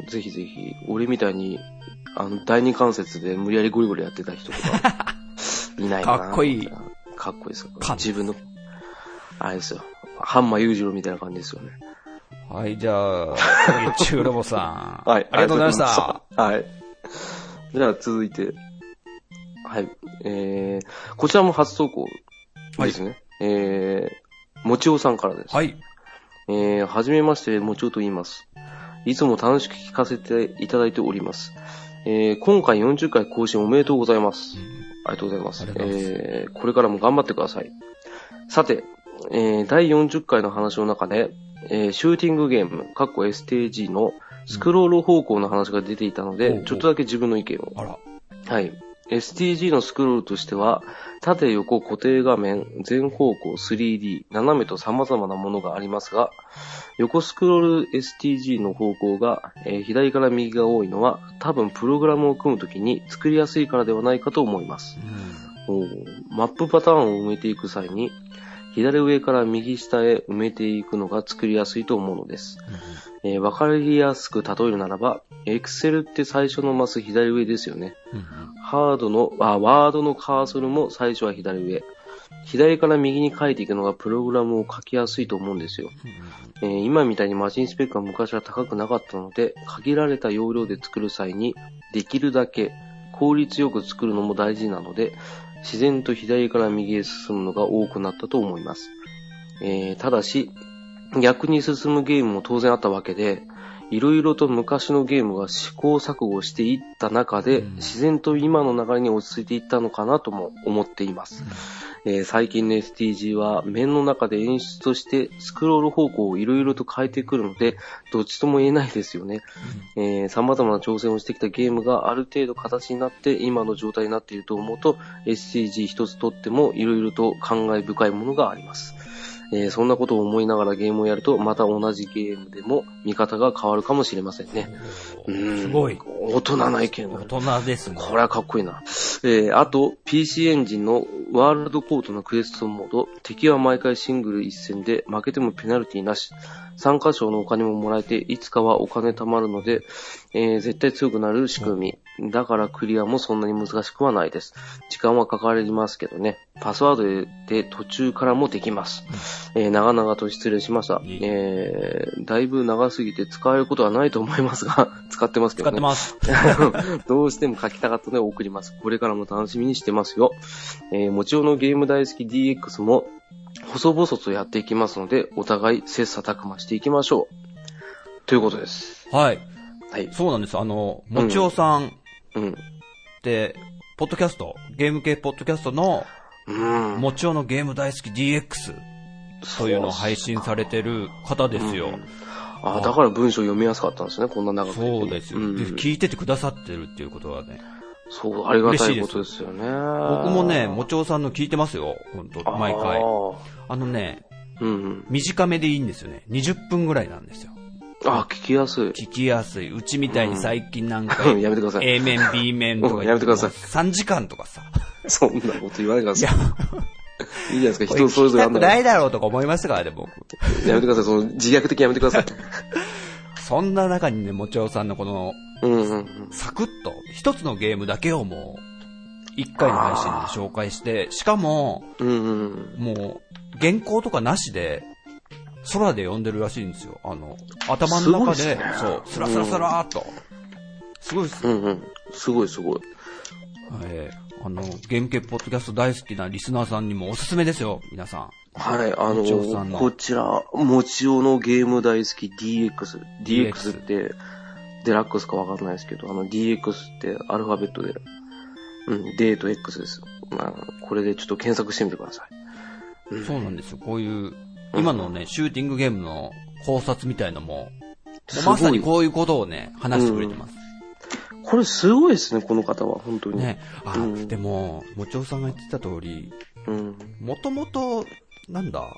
ぜひぜひ、俺みたいに、あの、第二関節で無理やりゴリゴリやってた人とか、いないかな。 かっこいい。 かっこいいですよ。自分の、あれですよ。ハンマー裕次郎みたいな感じですよね。 はい、じゃあ、日中ロボさん。 はい。 ありがとうございました。 はい。じゃあ続いて、はい。えー、こちらも初投稿ですね。はい、えー、もちおさんからです。 はい。 えー、はじめまして、もちおと言います。いつも楽しく聞かせていただいております。えー、今回よんじゅっかい更新おめでとうございます。うん、ありがとうございます。えー、これからも頑張ってください。さて、えー、だいよんじゅっかいの話の中で、えー、シューティングゲーム、かっこ エスティージー のスクロール方向の話が出ていたので、うん、ちょっとだけ自分の意見を。 あら。 はい。エスティージー のスクロールとしては、縦横固定画面、全方向 スリーディー、斜めと様々なものがありますが、横スクロール エスティージー の方向が、えー、左から右が多いのは、多分プログラムを組むときに作りやすいからではないかと思います。うん、マップパターンを埋めていく際に、左上から右下へ埋めていくのが作りやすいと思うのです。うんえー、わかりやすく例えるならば、Excel って最初のマス左上ですよね。うんうん、ハードのあ、ワードのカーソルも最初は左上。左から右に書いていくのがプログラムを書きやすいと思うんですよ。うんうんえー、今みたいにマシンスペックは昔は高くなかったので、限られた容量で作る際にできるだけ効率よく作るのも大事なので、自然と左から右へ進むのが多くなったと思います。えー、ただし、逆に進むゲームも当然あったわけで、いろいろと昔のゲームが試行錯誤していった中で、うん、自然と今の流れに落ち着いていったのかなとも思っています。うんえー、最近の エスティージー は面の中で演出としてスクロール方向をいろいろと変えてくるので、どっちとも言えないですよね。うんえー、様々な挑戦をしてきたゲームがある程度形になって今の状態になっていると思うと、エスティージー 一つとってもいろいろと感慨深いものがあります。えー、そんなことを思いながらゲームをやると、また同じゲームでも見方が変わるかもしれませんね。 うん、すごい。 大人な意見。 大人ですね。 これはかっこいいな。えー、あと、ピーシー エンジンのワールドコートのクエストモード、敵は毎回シングル一戦で負けてもペナルティなし、参加賞のお金ももらえて、いつかはお金貯まるので、えー、絶対強くなる仕組み。だからクリアもそんなに難しくはないです。時間はかかりますけどね。パスワードで途中からもできます。えー、長々と失礼しました。えー、だいぶ長すぎて使えることはないと思いますが、使ってますけどね。 使ってます。 どうしても書きたかったので送ります。これからも楽しみにしてますよ。えー、もちろんのゲーム大好き ディーエックス も、細々とやっていきますので、お互い切磋琢磨していきましょう。ということです。 はい。はい。そうなんです。あの、もちおさん。うん。で、ポッドキャスト、ゲーム系ポッドキャストの、うん。もちおのゲーム大好き ディーエックス というのを配信されてる方ですよ。うん、 ああ、だから文章読みやすかったんですね、こんな長くて。 そうですよ、うん。で、聞いててくださってるっていうことはね。 そう、ありがたいことですよね。 僕もね、もちおさんの聞いてますよ。本当毎回。あのね、うんうん、短めでいいんですよね。にじゅっぷんぐらいなんですよ。 あ、聞きやすい。 聞きやすい。うちみたいに最近なんか、 うん、やめてください。 A 面、B 面とか、うん、 やめてください。 さんじかんとかさ。 そんなこと言わないでください。いや、いいじゃないですか。人それぞれあんだから。聞きたくないだろうとか思いましたからね、僕。 やめてください。その自虐的やめてください。 そんな中にね、もちおさんのこの、 うんうんうん、 サクッと、一つのゲームだけをもう、一回の配信で紹介して、しかも、うんうん、もう、原稿とかなしで、空で読んでるらしいんですよ。あの、頭の中で、 ね、 そう、スラスラスラーっと。すごいっす、 うんうん。すごいすごい。 えー、あの、ゲーム系ポッドキャスト大好きなリスナーさんにもおすすめですよ、皆さん。 はい、あの、のこちら、もちおのゲーム大好き ディーエックス。ディーエックス って、デラックスかわかんないですけど、あの ディーエックス ってアルファベットで、うん、デーと X です。まあ、これでちょっと検索してみてください。うん、そうなんですよ。こういう、今のね、シューティングゲームの考察みたいのも、まさにこういうことをね、話してくれてます。 うん、これすごいですね、この方は、本当に。 ね。あ、うん、でも、もちおさんが言ってた通り、もともと、なんだ、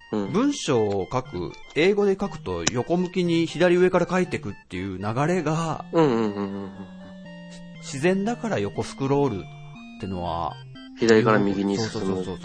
うん、文章を書く、英語で書くと横向きに左上から書いていくっていう流れが、うんうんうんうん、自然だから横スクロールってのは、 左から右に進む。そうそうそうそう。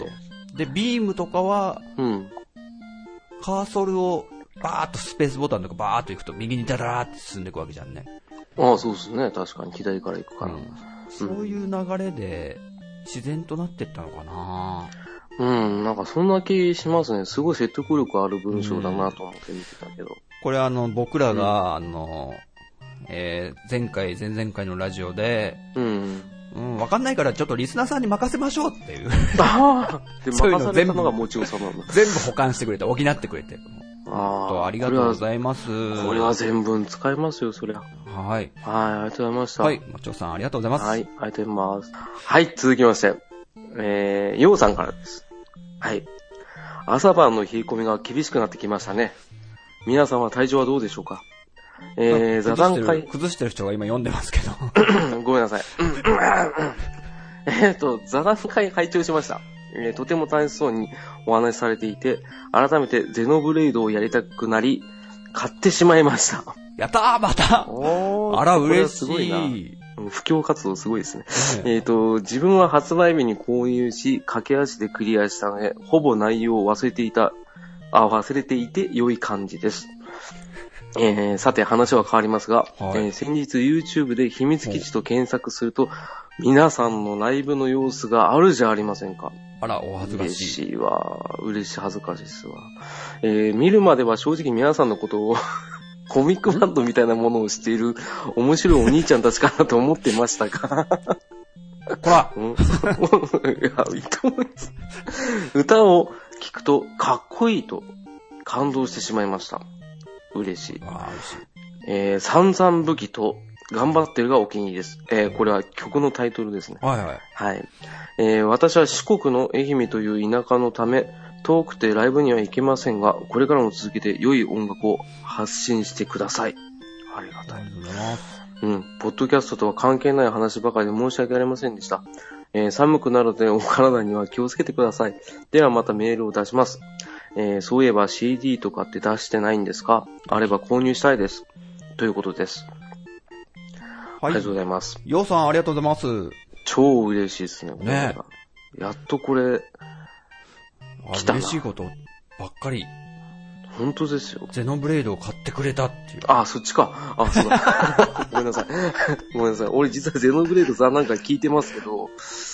で、ビームとかは、うん、カーソルをバーッとスペースボタンとかバーッと行くと右にダラーって進んでいくわけじゃんね。 ああ、そうですね。確かに左から行くから、うん。 そういう流れで自然となっていったのかな。 うん、なんかそんな気しますね。すごい説得力ある文章だなと思って見てたけど。うん、 これあの、僕らが、うん、あの、えー、前回、前々回のラジオで、うん。うん、わかんないからちょっとリスナーさんに任せましょうっていう。ああで、任されたのがもちろんさんなんだ。 全部保管してくれて、補ってくれて。ああ。ありがとうございます。 これは全文使えますよ、そりゃ。 はい。 はい、ありがとうございました。 はい、もちろさんありがとうございます。 はい、ありがとうございます。はい、続きまして、えー、ようさんからです。はい。朝晩の冷え込みが厳しくなってきましたね。皆さんは体調はどうでしょうか？えー、座談会。 崩してる人が今読んでますけど。 ごめんなさい。えっと、座談会拝聴しました。えー。とても楽しそうにお話しされていて、改めてゼノブレイドをやりたくなり、買ってしまいました。 やったーまたあら、嬉しい。すごいな。 布教活動すごいですね。ねえっと、自分は発売日に購入し、駆け足でクリアしたので、ほぼ内容を忘れていた、あ、忘れていて良い感じです。えー、さて話は変わりますが、はい、えー、先日 YouTube で秘密基地と検索すると、皆さんのライブの様子があるじゃありませんか。 あら、お恥ずかしい。 嬉しいわ。嬉しい、恥ずかしいですわ。えー、見るまでは正直皆さんのことをコミックバンドみたいなものをしている面白いお兄ちゃんたちかなと思ってましたがほら、 うん、いや、いいと思います。歌を聴くとかっこいいと感動してしまいました。嬉しい。 あ、嬉しい。 えー、散々武器と頑張ってるがお気に入りです。えー、これは曲のタイトルですね。 はいはい。 はい。えー、私は四国の愛媛という田舎のため、遠くてライブには行けませんが、これからも続けて良い音楽を発信してください。ありがたい。 ありがとうございます。 うん。ポッドキャストとは関係ない話ばかりで申し訳ありませんでした。えー、寒くなるのでお体には気をつけてください。ではまたメールを出します。えー、そういえば シーディー とかって出してないんですか？あれば購入したいです。ということです。はい。ありがとうございます。 ようさんありがとうございます。 超嬉しいですね。 ねえ。やっとこれ、 来たな。嬉しいことばっかり。 本当ですよ。 ゼノブレイドを買ってくれたっていう。 あ、そっちか。あ、そうだ。ごめんなさい。ごめんなさい。俺実はゼノブレイドさんなんか聞いてますけど、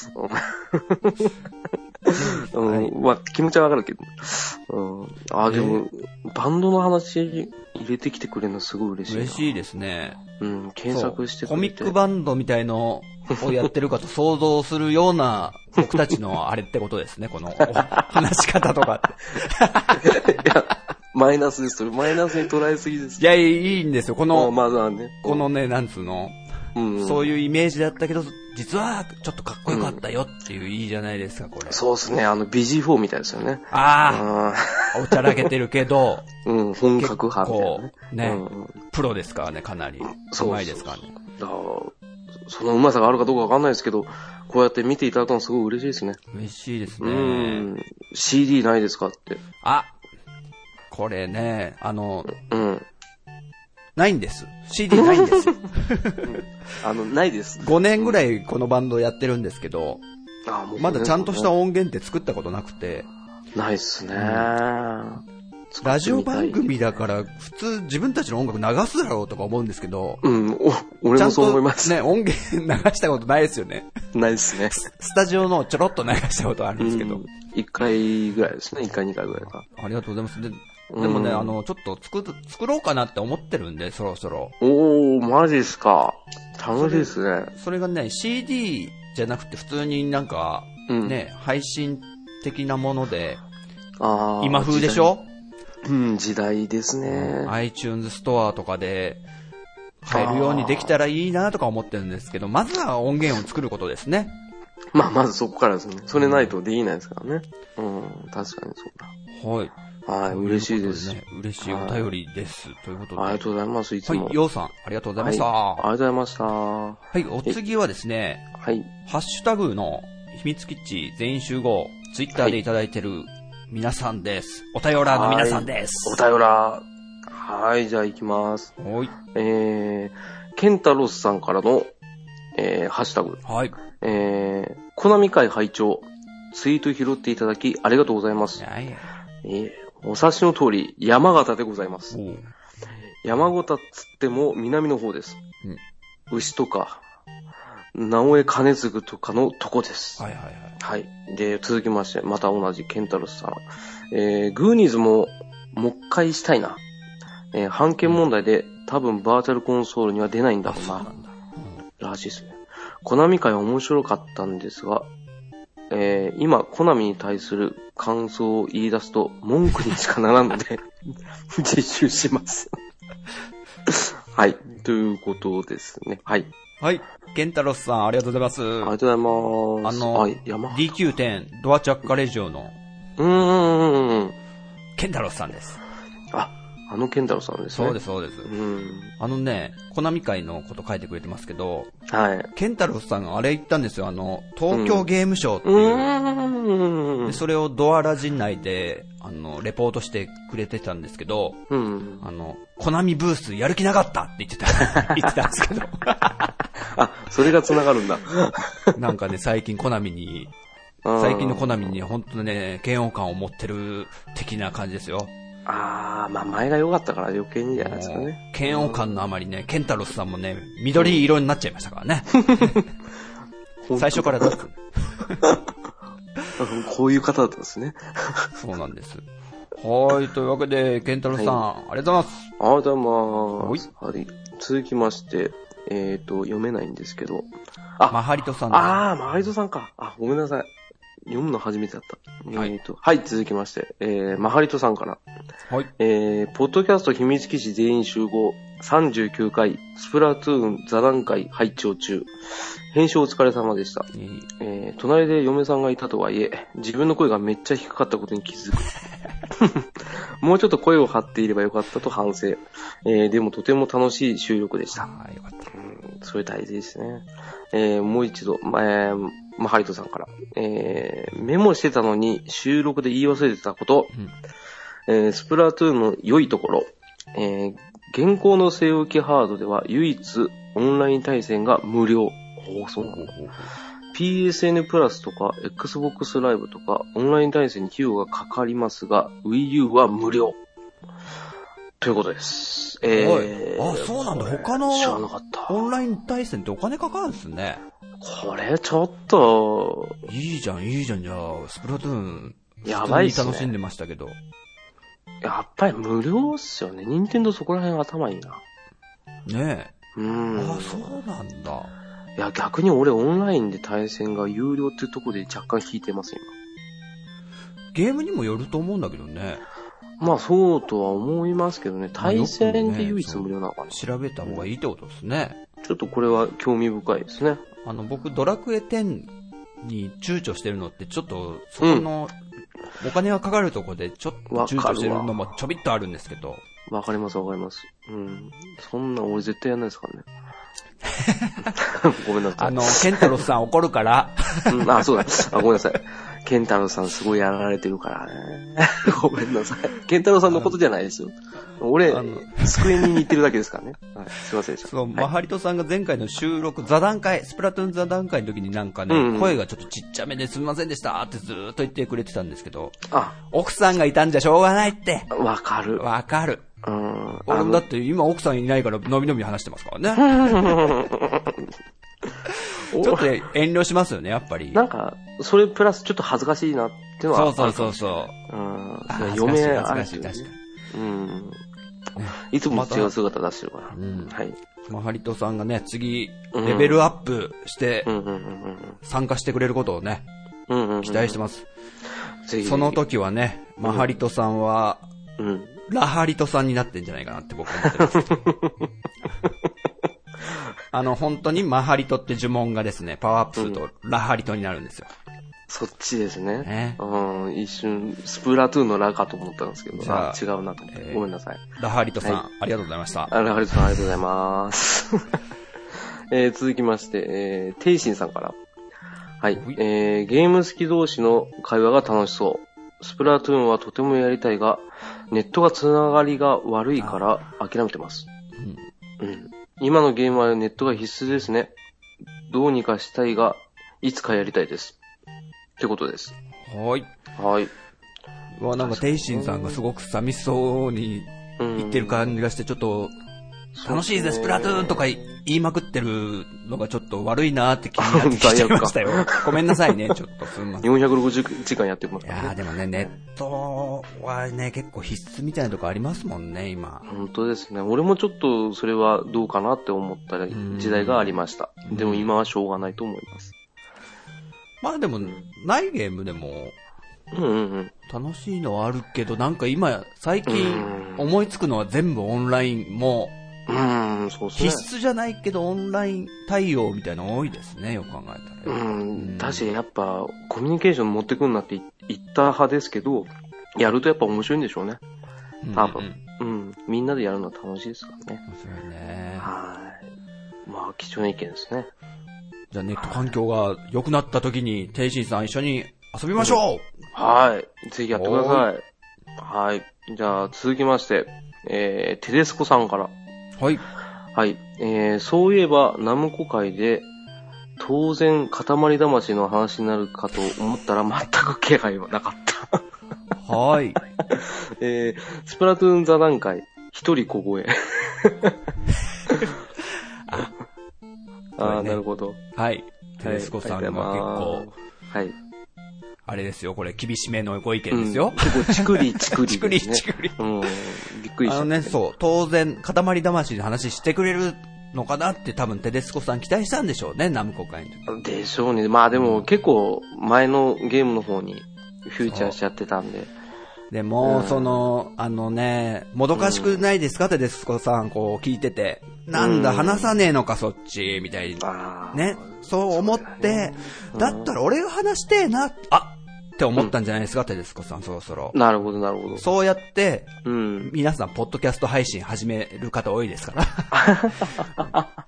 うん、はい、まあ、気持ちはわかるけど。うん、あ、でも、えー、バンドの話入れてきてくれるのすごい嬉しいな。 嬉しいですね。 うん、検索してくれて。 コミックバンドみたいのをやってるかと想像するような僕たちのあれってことですね、この話し方とかって。 いや、マイナスです。それマイナスに捉えすぎです。 いや、いいんですよ。この、 まだね、 このね、なんつうの、うんうん、そういうイメージだったけど、実はちょっとかっこよかったよっていういいじゃないですか、これ。 そうですね。あの ビージーフォー みたいですよね。 ああ、おちゃらけてるけど、 うん、本格派みたいなね。 ね、うんうん、プロですからね、かなり。うまいですからね。 だからそのうまさがあるかどうかわかんないですけど、こうやって見ていただくのすごい嬉しいですね。 嬉しいですね。 うん。シーディー ないですかって。 あ、これね、あの、 うん。 ないんです。シーディー ないんですよ。 うん、あの、ないです。 ごねんぐらいこのバンドやってるんですけど、 あ、もうまだちゃんとした音源って作ったことなくて。 ないっすね、うん。 ラジオ番組だから普通自分たちの音楽流すだろうとか思うんですけど、 うん、お俺もそう思います。 ね、音源流したことないですよね。 ないですね。 スタジオのちょろっと流したことあるんですけど。 いっかいぐらいですね。いっかいにかいぐらいか。 ありがとうございます。ででもね、うん、あの、ちょっと作、作ろうかなって思ってるんで、そろそろ。 おー、マジっすか。楽しいですね。 それ、それがね、シーディー じゃなくて普通になんか、ね、うん、配信的なもので、 あ今風でしょ？ うん、時代ですね。 iTunes ストアとかで買えるようにできたらいいなとか思ってるんですけど、まずは音源を作ることですね。 まあ、まずそこからですね。それないとできないですからね。うん、確かにそうだ。 はい。 はい、嬉しいです。 ね、嬉しいお便りです。ということで。 ありがとうございます、いつも。 はい、ようさん、ありがとうございました。 はい、ありがとうございました。はい、お次はですね、 はい。 ハッシュタグの秘密基地全員集合、ツイッターでいただいてる皆さんです。お便らの皆さんです。 お便ら。はい、じゃあ行きます。 はい。 えー、ケンタロスさんからの、えー、ハッシュタグ。 はい。 えー、コナミ会拝聴ツイート拾っていただきありがとうございます。 はい。 えー、お察しの通り、山形でございます。山形っつっても南の方です。うん、牛とか、直江兼次とかのとこです。 はいはいはい。 はい。で、続きまして、また同じケンタロスさん。えー、グーニーズも、もう一回したいな。えー、判権問題で、多分バーチャルコンソールには出ないんだろうな。うん、らしいですね。コナミ会は面白かったんですが、えー、今、コナミに対する感想を言い出すと、文句にしかならんので、自習します。はい。ということですね。はい。 はい。ケンタロスさん、ありがとうございます。ありがとうございます。 あの、はい、ディーキューテン、ドアチャッカレジオの、 うーん。 ケンタロスさんです。 あ、あのケンタロスさんですね。 そうです、そうです。うん。あのね、コナミ会のこと書いてくれてますけど、 はい。 ケンタロスさんがあれ言ったんですよ、あの、東京ゲームショウっていう。うん、でそれをドアラジ内で、あの、レポートしてくれてたんですけど、うん、あの、コナミブースやる気なかったって言ってた、言ってたんですけど。 あ、それが繋がるんだ。 なんかね、最近コナミに、最近のコナミに本当にね、嫌悪感を持ってる的な感じですよ。 あー、まあ前が良かったから余計にじゃないですかね。 嫌悪感のあまりね、ケンタロスさんもね、緑色になっちゃいましたからね。最初からだった。 こういう方だったんですね。 そうなんです。はい、というわけで、ケンタロスさん、はい、ありがとうございます。 ありがとうございます。はい。はい、続きまして、えっ、ー、と、読めないんですけど。 あ、マハリトさんです。あー、マハリトさんか。あ、ごめんなさい。読むの初めてだった。はい。えーと、はい、続きまして、えー、マハリトさんから。 はい。 えー、ポッドキャスト秘密基地全員集合、さんじゅうきゅうかい、スプラトゥーン座談会拝聴中。編集お疲れ様でした。えーえー、隣で嫁さんがいたとはいえ、自分の声がめっちゃ低かったことに気づく。もうちょっと声を張っていればよかったと反省。えー、でもとても楽しい収録でした。 ああ、よかった。 うん、それ大事ですね。えー、もう一度、ま、えー、マハリトさんから。えー、メモしてたのに収録で言い忘れてたこと。うん、えー、スプラトゥーンの良いところ。えー、現行の据え置きハードでは唯一オンライン対戦が無料。おー、そうなんだ。ピーエスエヌ プラスとか Xbox ライブとかオンライン対戦に費用がかかりますが Wii U は無料ということです。 えー、あ、そうなんだ。他の知らなかったオンライン対戦ってお金かかるんですね。 これちょっといいじゃんいいじゃん。じゃあスプラトゥーンやばいっすね。 楽しんでましたけど。 やっぱり無料っすよね。任天堂そこら辺頭いいな。 ねえ。うん。 あ、そうなんだ。 いや、逆に俺オンラインで対戦が有料っていうところで若干引いてます、今。 ゲームにもよると思うんだけどね。 まあそうとは思いますけどね。対戦で唯一無料なのかな、ね。 調べた方がいいってことですね。 ちょっとこれは興味深いですね。 あの、僕、ドラクエテンに躊躇してるのって、ちょっと、そこの、お金がかかるところで、ちょっと躊躇してるのもちょびっとあるんですけど。 わかりますわかります。うん。そんな俺絶対やんないですからね。ごめんなさい。 あの、ケンタロスさん怒るから。 うん、あ、そうだ。あ、ごめんなさい。ケンタロスさんすごいやられてるからね。ごめんなさい。ケンタロスさんのことじゃないですよ。俺、机に似てるだけですからね。はい、すいませんでした。 そう、 はい、 マハリトさんが前回の収録、座談会、スプラトゥーン座談会の時になんかね、うんうん、声がちょっとちっちゃめですみませんでしたってずーっと言ってくれてたんですけど、あ、奥さんがいたんじゃしょうがないって。 わかる。 わかる。うん。俺もだって今奥さんいないからのびのび話してますからね。ちょっと遠慮しますよね、やっぱり。 なんか、それプラスちょっと恥ずかしいなっていうのはある。 そうそうそうそう。うん。 嫁あるし、ね。うん。いつも違う姿出してるから。うん。はい。 マハリトさんがね、次、レベルアップして、参加してくれることをね、期待してます。その時はね、マハリトさんは、うん、ラハリトさんになってんじゃないかなって僕は思ってます。あの、本当にマハリトって呪文がですね、パワーアップするとラハリトになるんですよ。 そっちですね。ね、うん、一瞬、スプラトゥーンのラかと思ったんですけど、あ違うなと思って、えー。ごめんなさい。 ラハリトさん、はい、ありがとうございました。 ラハリトさん、ありがとうございます。えー、続きまして、えー、テイシンさんから。はい。えー、ゲーム好き同士の会話が楽しそう。 スプラトゥーンはとてもやりたいが、ネットがつながりが悪いから諦めてます。うん。うん。今のゲームはネットが必須ですね。どうにかしたいが、いつかやりたいです。ってことです。 はい。 はい。 うわ、なんかテイシンさんがすごく寂しそうに言ってる感じがして、ちょっと、楽しいぜ、スプラトゥーンとか言いまくってるのがちょっと悪いなーって気になってきちゃいましたよ。ごめんなさいね、ちょっとすんません。 よんひゃくろくじゅうじかんやってますからね。いやーでもね、ネットはね、結構必須みたいなとこありますもんね、今。 本当ですね。俺もちょっとそれはどうかなって思った時代がありました。でも今はしょうがないと思います。 まあでも、ないゲームでも、 うんうんうん、 楽しいのはあるけど、なんか今、最近思いつくのは全部オンラインも、 うん、そうですね。 必須じゃないけどオンライン対応みたいなの多いですね、よく考えたら。 うん。だし、やっぱ、コミュニケーション持ってくんなって言った派ですけど、やるとやっぱ面白いんでしょうね。多分。うん、うん。みんなでやるのは楽しいですからね。 面白いね。 はい。まあ、貴重な意見ですね。 じゃあネット環境が良くなった時に、テイシンさん一緒に遊びましょう、うん、 はい。ぜひやってください。はい。じゃあ、続きまして、えー、テレスコさんから。 はい。 はい。えー、そういえば、ナムコ会で、当然、塊魂の話になるかと思ったら、全く気配はなかった。 はい。 えー、スプラトゥーン座談会、一人小声。あ、あ、ね、なるほど。 はい。テレスコさんが結構、 はい。 あれですよ、これ、厳しめのご意見ですよ。 うん、結構、チクリチクリ、ね。 チクリチクリ。 うん。びっくりした、ね。 あのね、そう、当然、塊魂の話してくれるのかなって多分テレスコさん期待したんでしょうね、ナムコ会の時。でしょうね。まあでも、結構、前のゲームの方にフューチャーしちゃってたんで。 でも、うん、その、あのね、もどかしくないですか、うん、テレスコさん、こう聞いてて。なんだ、話さねえのか、そっち、みたいな。ね。そう思って、だったら俺が話してえな、あって思ったんじゃないですか、うん、テレスコさん、そろそろ。 なるほど、なるほど。 そうやって、うん、皆さん、ポッドキャスト配信始める方多いですから。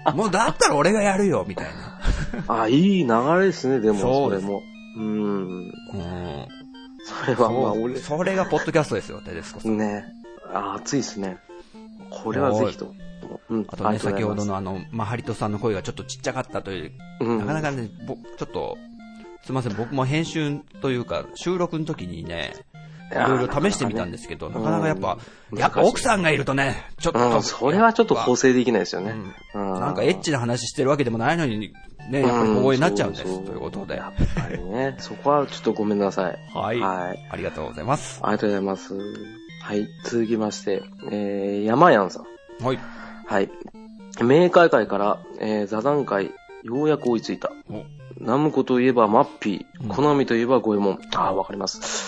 もう、だったら俺がやるよ、みたいな。あ、いい流れですね、でも、それも。うん。うん。それは、まあ、俺。 それがポッドキャストですよ、テレスコさん。 ね。あ、熱いですね。これはぜひと。 うん、あとね、先ほどのあの、マハリトさんの声がちょっとちっちゃかったという、うん、なかなかね、ぼちょっと、すいません、僕も編集というか、収録の時にね、いろいろ試してみたんですけど、なかなかやっぱ、うん、やっぱ奥さんがいるとね、ちょっと、 うん、それはちょっと補正できないですよね。 うん、なんかエッチな話してるわけでもないのに、ね、やっぱり小声になっちゃうんです、うん、そうそうということで。 やっぱりね、そこはちょっとごめんなさい。 はい。はい。ありがとうございます。 ありがとうございます。はい、続きまして、えー、山やんさん。 はい。 はい。メーカー会から、えー、座談会、ようやく追いついた。ナムコといえばマッピー、コナミといえばゴエモン。ああ、わかります。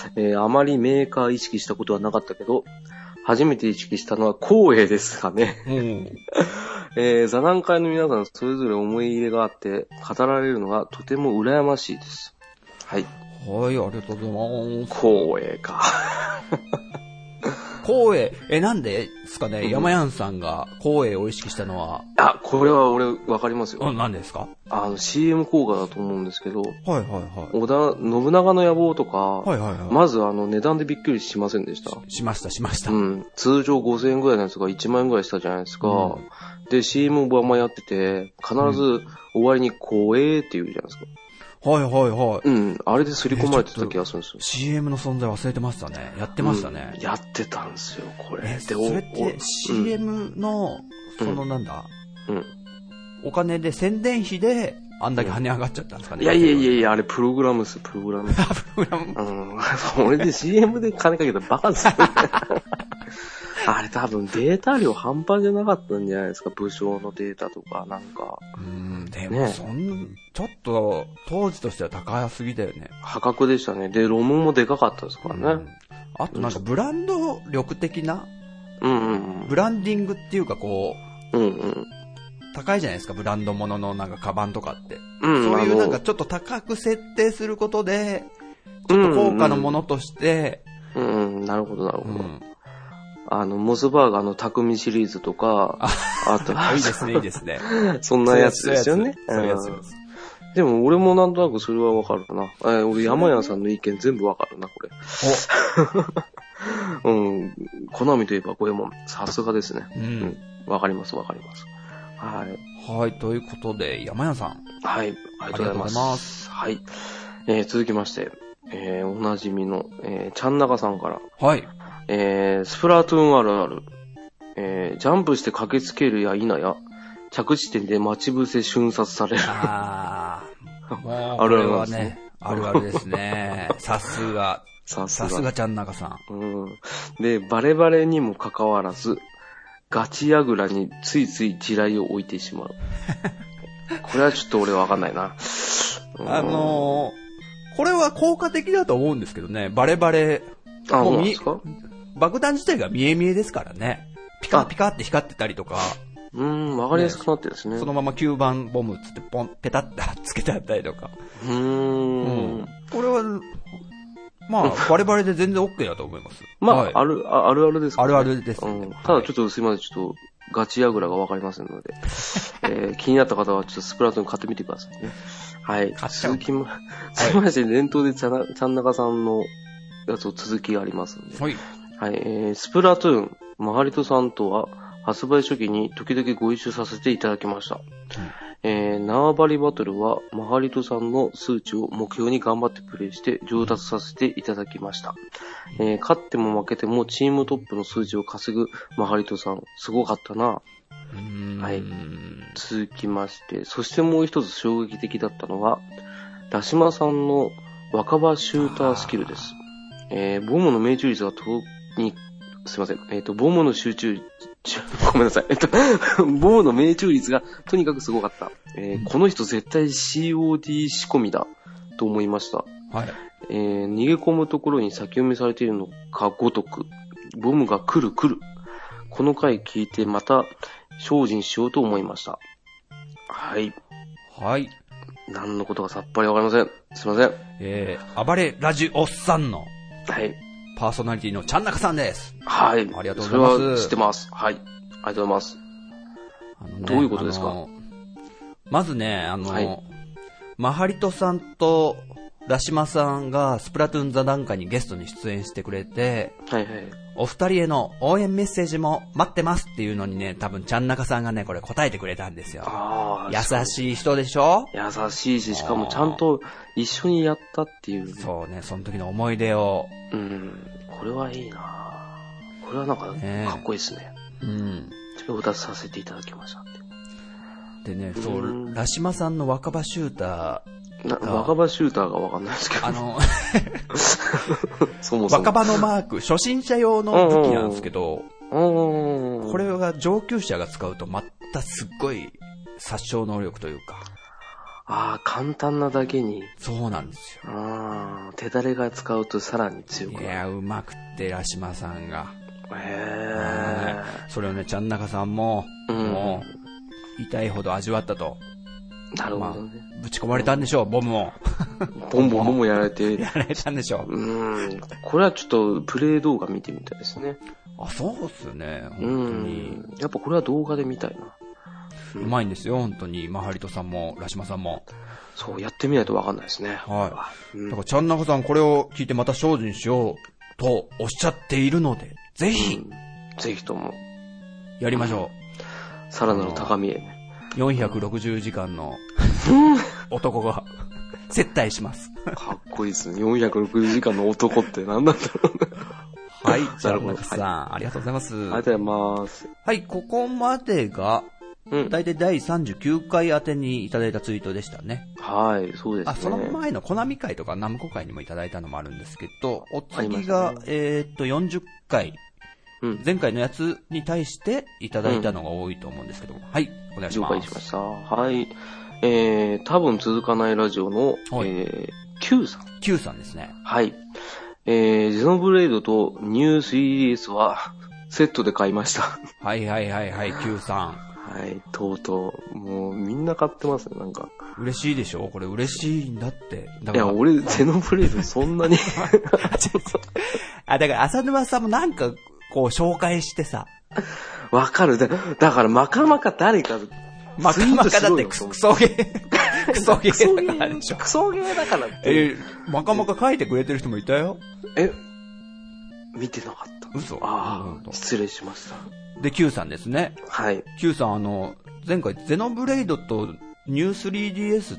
えー、あまりメーカー意識したことはなかったけど、初めて意識したのは光栄ですかね。うんえー、座談会の皆さんそれぞれ思い入れがあって語られるのがとても羨ましいです。はい。 はい、ありがとうございます。 光栄か。 光栄、え、なんでですかね、うん、山やんさんが光栄を意識したのは。 あ、これは俺わかりますよ。 あ、なんでですか？ あの シーエム 効果だと思うんですけど。はいはいはい。 織田信長の野望とか、 はいはいはい。 まずあの値段でびっくりしませんでした？ し, しましたしました。 うん。通常ごせんえんぐらいのやつがいちまんえんぐらいしたじゃないですか。うん、で、シーエム バンバンやってて、必ず終わりに光栄って言うじゃないですか。 はいはいはい。 うん。あれで刷り込まれてた気がするんですよ。 シーエム の存在忘れてましたね。やってましたね。 うん、やってたんですよ、これ。で、 それって シーエム の、うん、そのなんだ、うん、お金で宣伝費で、あんだけ跳ね上がっちゃったんですかね。 いやいやいやいや、あれプログラムです、プログラム。 プログラムうん。それで シーエム で金かけたらバカですよね。あれ多分データ量半端じゃなかったんじゃないですか、武将のデータとか、なんか。 うん、でもそん、ね、ちょっと、当時としては高すぎだよね。 破格でしたね。で、ロムもでかかったですからね。うん、 あとなんかブランド力的な、 うんうんうん、 ブランディングっていうかこう、うんうん、 高いじゃないですか、ブランドもののなんかカバンとかって。うん、そういうなんかちょっと高く設定することで、ちょっと高価なものとして、 うん、うんうん、なるほどなるほど。うんあの、モスバーガーの匠シリーズとか、 あ, あと、いいですね、いいですね。 そんなやつですよね。 そういうやつです。 でも俺もなんとなくそれはわかるな。えー、俺山屋さんの意見全部わかるな、これ。おうん。コナミといえばゴエモン。さすがですね。うん。わ、うん、かりますわかります。はい。 はい、ということで、山屋さん。 はい、ありがとうございます。ますはい。えー、続きまして、えー、おなじみの、えー、ちゃんなかさんから。 はい。 えー、スプラトゥーンあるある。えー、ジャンプして駆けつけるや否や、着地点で待ち伏せ瞬殺される。 ああ。もう、あるあるはね、あるあるですね。さすが。さすが。さすがちゃんなかさん。 うん。で、バレバレにもかかわらず、ガチヤグラについつい地雷を置いてしまう。これはちょっと俺わかんないな。 あのー、これは効果的だと思うんですけどね。バレバレ。 あ、もう見え、 爆弾自体が見え見えですからね。ピカピカって光ってたりとか。 うーん、わかりやすくなってるんですね。 そのままきゅうばんボムつってポン、ペタッてつけてあったりとか。 うーん。うん、 これは、まあ、バレバレで全然 OK だと思います。 まあ、はい、ある、あるあるですかね。 あるあるです、ねうん。ただちょっとすいません、ちょっと、ガチヤグラがわかりませんので、えー、気になった方はちょっとスプラトゥーン買ってみてくださいね。はい。続きま、すいません、伝統でちゃな、ちゃんなかさんのやつを続きがありますので。 はい。 はい、えー、スプラトゥーン、マハリトさんとは、発売初期に時々ご一緒させていただきました。うん、えー、縄張りバトルはマハリトさんの数値を目標に頑張ってプレイして上達させていただきました。えー、勝っても負けてもチームトップの数字を稼ぐマハリトさん、すごかったな。はい。続きまして、そしてもう一つ衝撃的だったのは、ダシマさんの若葉シュータースキルです。えー、ボムの命中率がとに、すいません。えっ、ー、と、ボムの集中、ごめんなさい。えっと、ボムの命中率がとにかくすごかった。えー、この人絶対 シーオーディー 仕込みだと思いました。 はい。 えー、逃げ込むところに先読みされているのかごとく、ボムが来る来る。この回聞いてまた精進しようと思いました。はい。 はい。 何のことかさっぱりわかりません。すいません。 えー、暴れラジオさんの。 はい。 パーソナリティのちゃんなかさんです。 はい。 ありがとうございます。 それは知ってます。はい。ありがとうございます。あのね、どういうことですか？ まずね、あの、 はい、 マハリトさんとラシマさんがスプラトゥーン座談会にゲストに出演してくれて、 はいはい。 お二人への応援メッセージも待ってますっていうのにね、多分ちゃんなかさんがね、これ答えてくれたんですよ。 ああ。 優しい人でしょ？ 優しいし、しかもちゃんと一緒にやったっていう、ね。 そうね、その時の思い出を。 うん。これはいいなこれはなんか、かっこいいですね。 うん。 上達させていただきましたって。 でね、そう、ラシマさんの若葉シューター。な若葉シューターがわかんないですけど。 あの、 そもそも若葉のマーク、初心者用の武器なんですけど、 これが上級者が使うとまたすっごい殺傷能力というか。 ああ、簡単なだけに。 そうなんですよ。 ああ、手だれが使うとさらに強くなる。 いや、うまくってラシマさんが。 へー。それをね、ちゃんなかさんも、うん、もう、痛いほど味わったと。 なるほどね。 まあ、ぶち込まれたんでしょう、ボムを。 ボンボンボムやられて。 やられたんでしょう。 うん。これはちょっとプレイ動画見てみたいですね。 あ、そうっすね。本当に。 うん。やっぱこれは動画で見たいな。 うまいんですよ、本当に。マハリトさんも、ラシマさんも。 そう、やってみないとわかんないですね。 はい。うん、だから、ちゃんなかさん、これを聞いてまた精進しようとおっしゃっているので、ぜひ、うん、 ぜひとも、 やりましょう。さらなる高みへ。 よんひゃくろくじゅうじかんの男が接待します。 かっこいいですね。よんひゃくろくじゅうじかんの男って何なんだろうね。 はい。じゃあ、中さん、はい、ありがとうございます。ありがとうございます。 はい、ここまでが、うん、大体だいさんじゅうきゅうかい宛てにいただいたツイートでしたね。 はい、そうですね。 あ、その前のコナミ会とかナムコ会にもいただいたのもあるんですけど、お次が、ね、えー、っと、よんじゅっかい、うん。前回のやつに対していただいたのが多いと思うんですけども、うん、はい、お願いします。 了解しました。はい。えー、多分続かないラジオの、はい、えー、Q さん。 Q さんですね。 はい。えー、ゼノブレードとニュー スリーディーエス はセットで買いました。 はいはいはいはい、Q さん。 はい、とうとう、もうみんな買ってますね、なんか。 嬉しいでしょ？これ嬉しいんだって。 だからいや、俺、ゼノブレードそんなに。 あ、だから浅沼さんもなんか、こう紹介してさ。 わかる。だ, だから、まかまか誰か、 まかまかだってクソゲー、ククソゲーだからでしょ。 クソゲーだからって。 えー、まかまか書いてくれてる人もいたよ。 え、見てなかった。 嘘。 ああ、失礼しました。 で、Q さんですね。 はい。 Q さん、あの、前回、ゼノブレイドとニュー スリーディーエス って、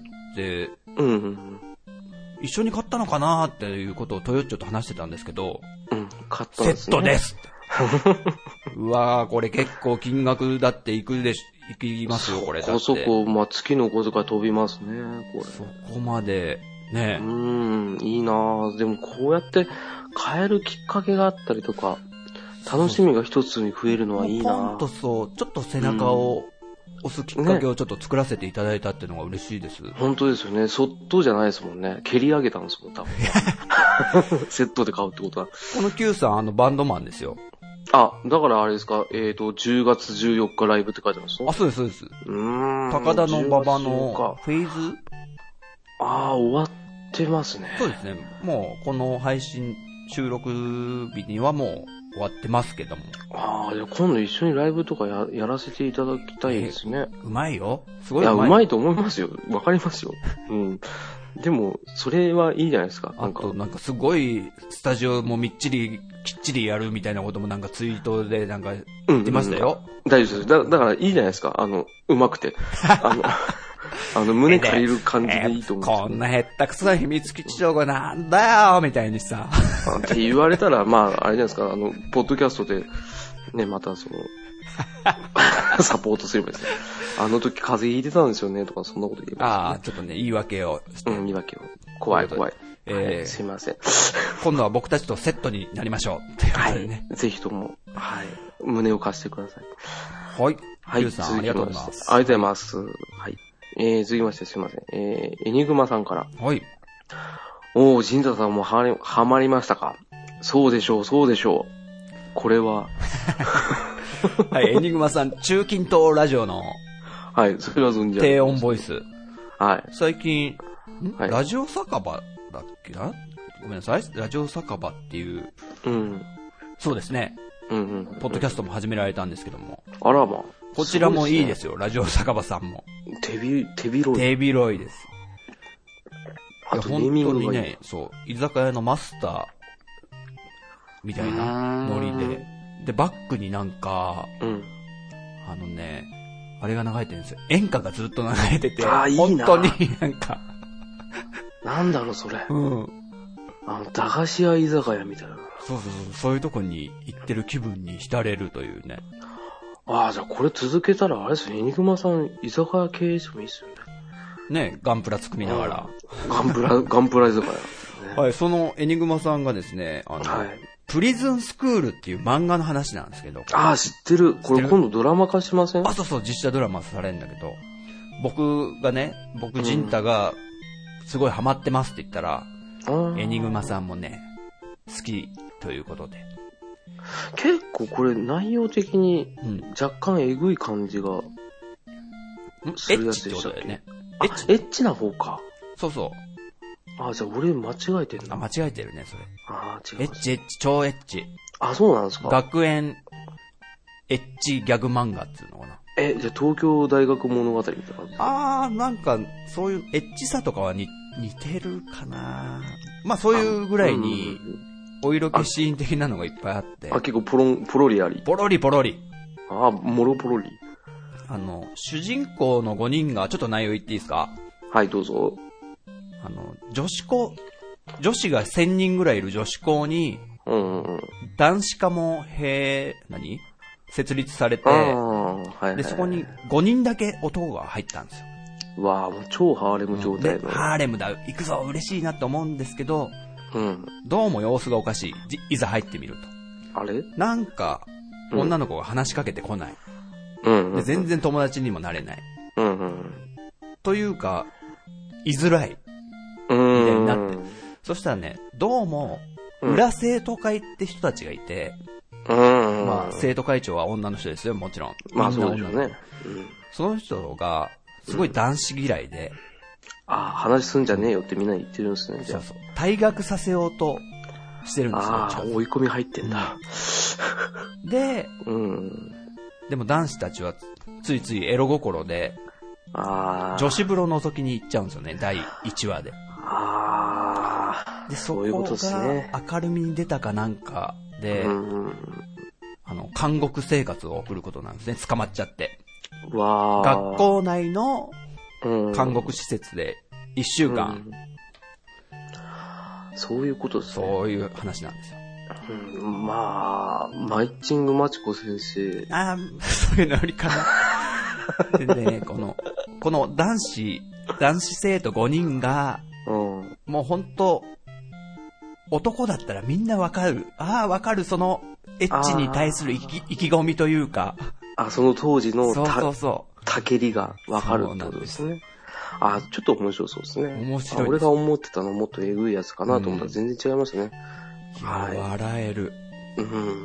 うんうんうん、 一緒に買ったのかなーっていうことをトヨッチョと話してたんですけど、 うん、買ったんですね。 セットですうわー、これ結構金額だっていくでし、いきますよ、これ。 そこそこ、まあ、月の小遣い飛びますね、これ。 そこまで、ね。 うーん、いいなぁ。でもこうやって買えるきっかけがあったりとか、楽しみが一つに増えるのはいいなぁ。 ポンとそう、ちょっと背中を押すきっかけをちょっと作らせていただいたっていうのが嬉しいです。 ね、本当ですよね。そっとじゃないですもんね。蹴り上げたんですもん、多分。セットで買うってことは。 この Q さん、あの、バンドマンですよ。 あ、だからあれですか、えっ、ー、と、じゅうがつじゅうよっかライブって書いてますあ、そうです、そうです。 うーん。 高田の馬場のフェイズああ、終わってますね。 そうですね。もう、この配信、収録日にはもう終わってますけども。 ああ、じゃあ今度一緒にライブとか や, やらせていただきたいですね。 うまいよ。すごいうまい。いや、うまいと思いますよ。わかりますよ。うん。でも、それはいいじゃないですか。 あと、なんかすごい、スタジオもみっちり、きっちりやるみたいなこともなんかツイートでなんか言ってましたよ。 うんうん、大丈夫です。だ、だからいいじゃないですか。あの、うまくて。あの、あの、胸借りる感じでいいと思う、 こんなへったくそな秘密基地情がなんだよみたいにさ。 って言われたら、まあ、あれじゃないですか。あの、ポッドキャストで、ね、またその、サポートすればいいですね。あの時風邪ひいてたんですよねとか、そんなこと言います、ね。 ああ、ちょっとね、言い訳をして。 うん、言い訳を。怖い怖い。 えーはい、すいません。 今度は僕たちとセットになりましょう。っていうことでね。 はい。ぜひとも、はい。胸を貸してください。 はい。 はい。 ゆうさん、ありがとうございます。 ありがとうございます。はい。えー、続きましてすいません。えー、エニグマさんから。 はい。 おー、ジンタさんもはまり、はまりましたか？そうでしょう、そうでしょう。これは。 はい、エニグマさん、中近東ラジオの。 はい、それは存じ上げ低音ボイス。 はい。 最近、 はい、 ラジオ酒場だっけな？ごめんなさい。ラジオ酒場っていう。 うん。 そうですね。 うんうん、うん。 ポッドキャストも始められたんですけども。 あらまあ。 こちらもいいですよ、すね、ラジオ酒場さんも。 手び、手広い。 手広いです。 あとネーミングがいい。 本当にね、そう、居酒屋のマスターみたいなノリで。で、バックになんか、 うん、 あのね、あれが流れてるんですよ。演歌がずっと流れてて、 あ、いいな。 本当になんか。 なんだろう、それ。 うん。 あの、駄菓子屋居酒屋みたいな。 そうそうそう、そういうとこに行ってる気分に浸れるというね。 ああ、じゃあこれ続けたら、あれですね、エニグマさん、居酒屋経営してもいいですよね。 ね、ガンプラ作りながら。 ガンプラ、ガンプラ居酒屋、ね。 はい、そのエニグマさんがですね、あの、はい、プリズンスクールっていう漫画の話なんですけど。 ああ、知ってる。これ今度ドラマ化しません？ あ、そうそう、実写ドラマされるんだけど、僕がね、僕、ジンタが、すごいハマってますって言ったら、うん、エニグマさんもね、好きということで。 結構これ内容的に若干えぐい感じがするやつでしたっけ？ エッチってことだよね。 エッチ、エッチな方か。 そうそう。 あ、じゃあ俺間違えてるな。 あ、間違えてるね、それ。 あ違う。 エッチ、エッチ、超エッチ。 あ、そうなんですか？ 学園、エッチギャグ漫画っていうのかな。 え、じゃあ東京大学物語みたいな感じ？ あー、なんか、そういうエッチさとかはに似てるかな。まあそういうぐらいに、お色気シーン的なのがいっぱいあって。 あ、結構ポロン、ポロリあり。 ポロリポロリ。 あ、モロポロリ。 あの、主人公のごにんが、ちょっと内容言っていいですか？ はい、どうぞ。 あの、女子校、女子がせんにんぐらいいる女子校に、 うんうん、 男子科も、へー、何設立されて、 はいはいはい、 で、そこにごにんだけ男が入ったんですよ。 わあ、もう超ハーレム状態の。 ハーレムだ、行くぞ、嬉しいなって思うんですけど、 うん、 どうも様子がおかしい。いざ入ってみると。 あれなんか、女の子が話しかけてこない。 うん、 で全然友達にもなれない。 うんうん、 というか、居づらい。 みたいになって。そしたらね、どうも、裏生徒会って人たちがいて、 うん、 まあ、生徒会長は女の人ですよ、もちろん。 まあそうでしょうね。 うん、その人が、すごい男子嫌いで、 うん、ああ、話すんじゃねえよってみんな言ってるんですね、じゃあ。 そうそう。退学させようとしてるんですよ。 ああ、追い込み入ってんだ。 で、 うん、 でも男子たちはついついエロ心で、 あ女子風呂覗きに行っちゃうんですよね、だいいちわで。 あで、そこが明るみに出たかなんかで、うん、あの、監獄生活を送ることなんですね、捕まっちゃって。 わ学校内の監獄施設でいっしゅうかん、うんうん、そういうことですね。 そういう話なんですよ。 うん、まあ、マイチングマチコ先生。 ああ、そういうのよりかな。でね、この、この男子、男子生徒ごにんが、うん、もうほんと、男だったらみんなわかる。ああ、わかる、その、エッチに対する意気、意気込みというか。 あ、その当時の、 そうそうそう。 たけりがわかるってことですね。あ、ちょっと面白そうですね。 面白い。 俺が思ってたのもっとエグいやつかなと思ったら全然違いますね。 うん、はい。笑える。 うん。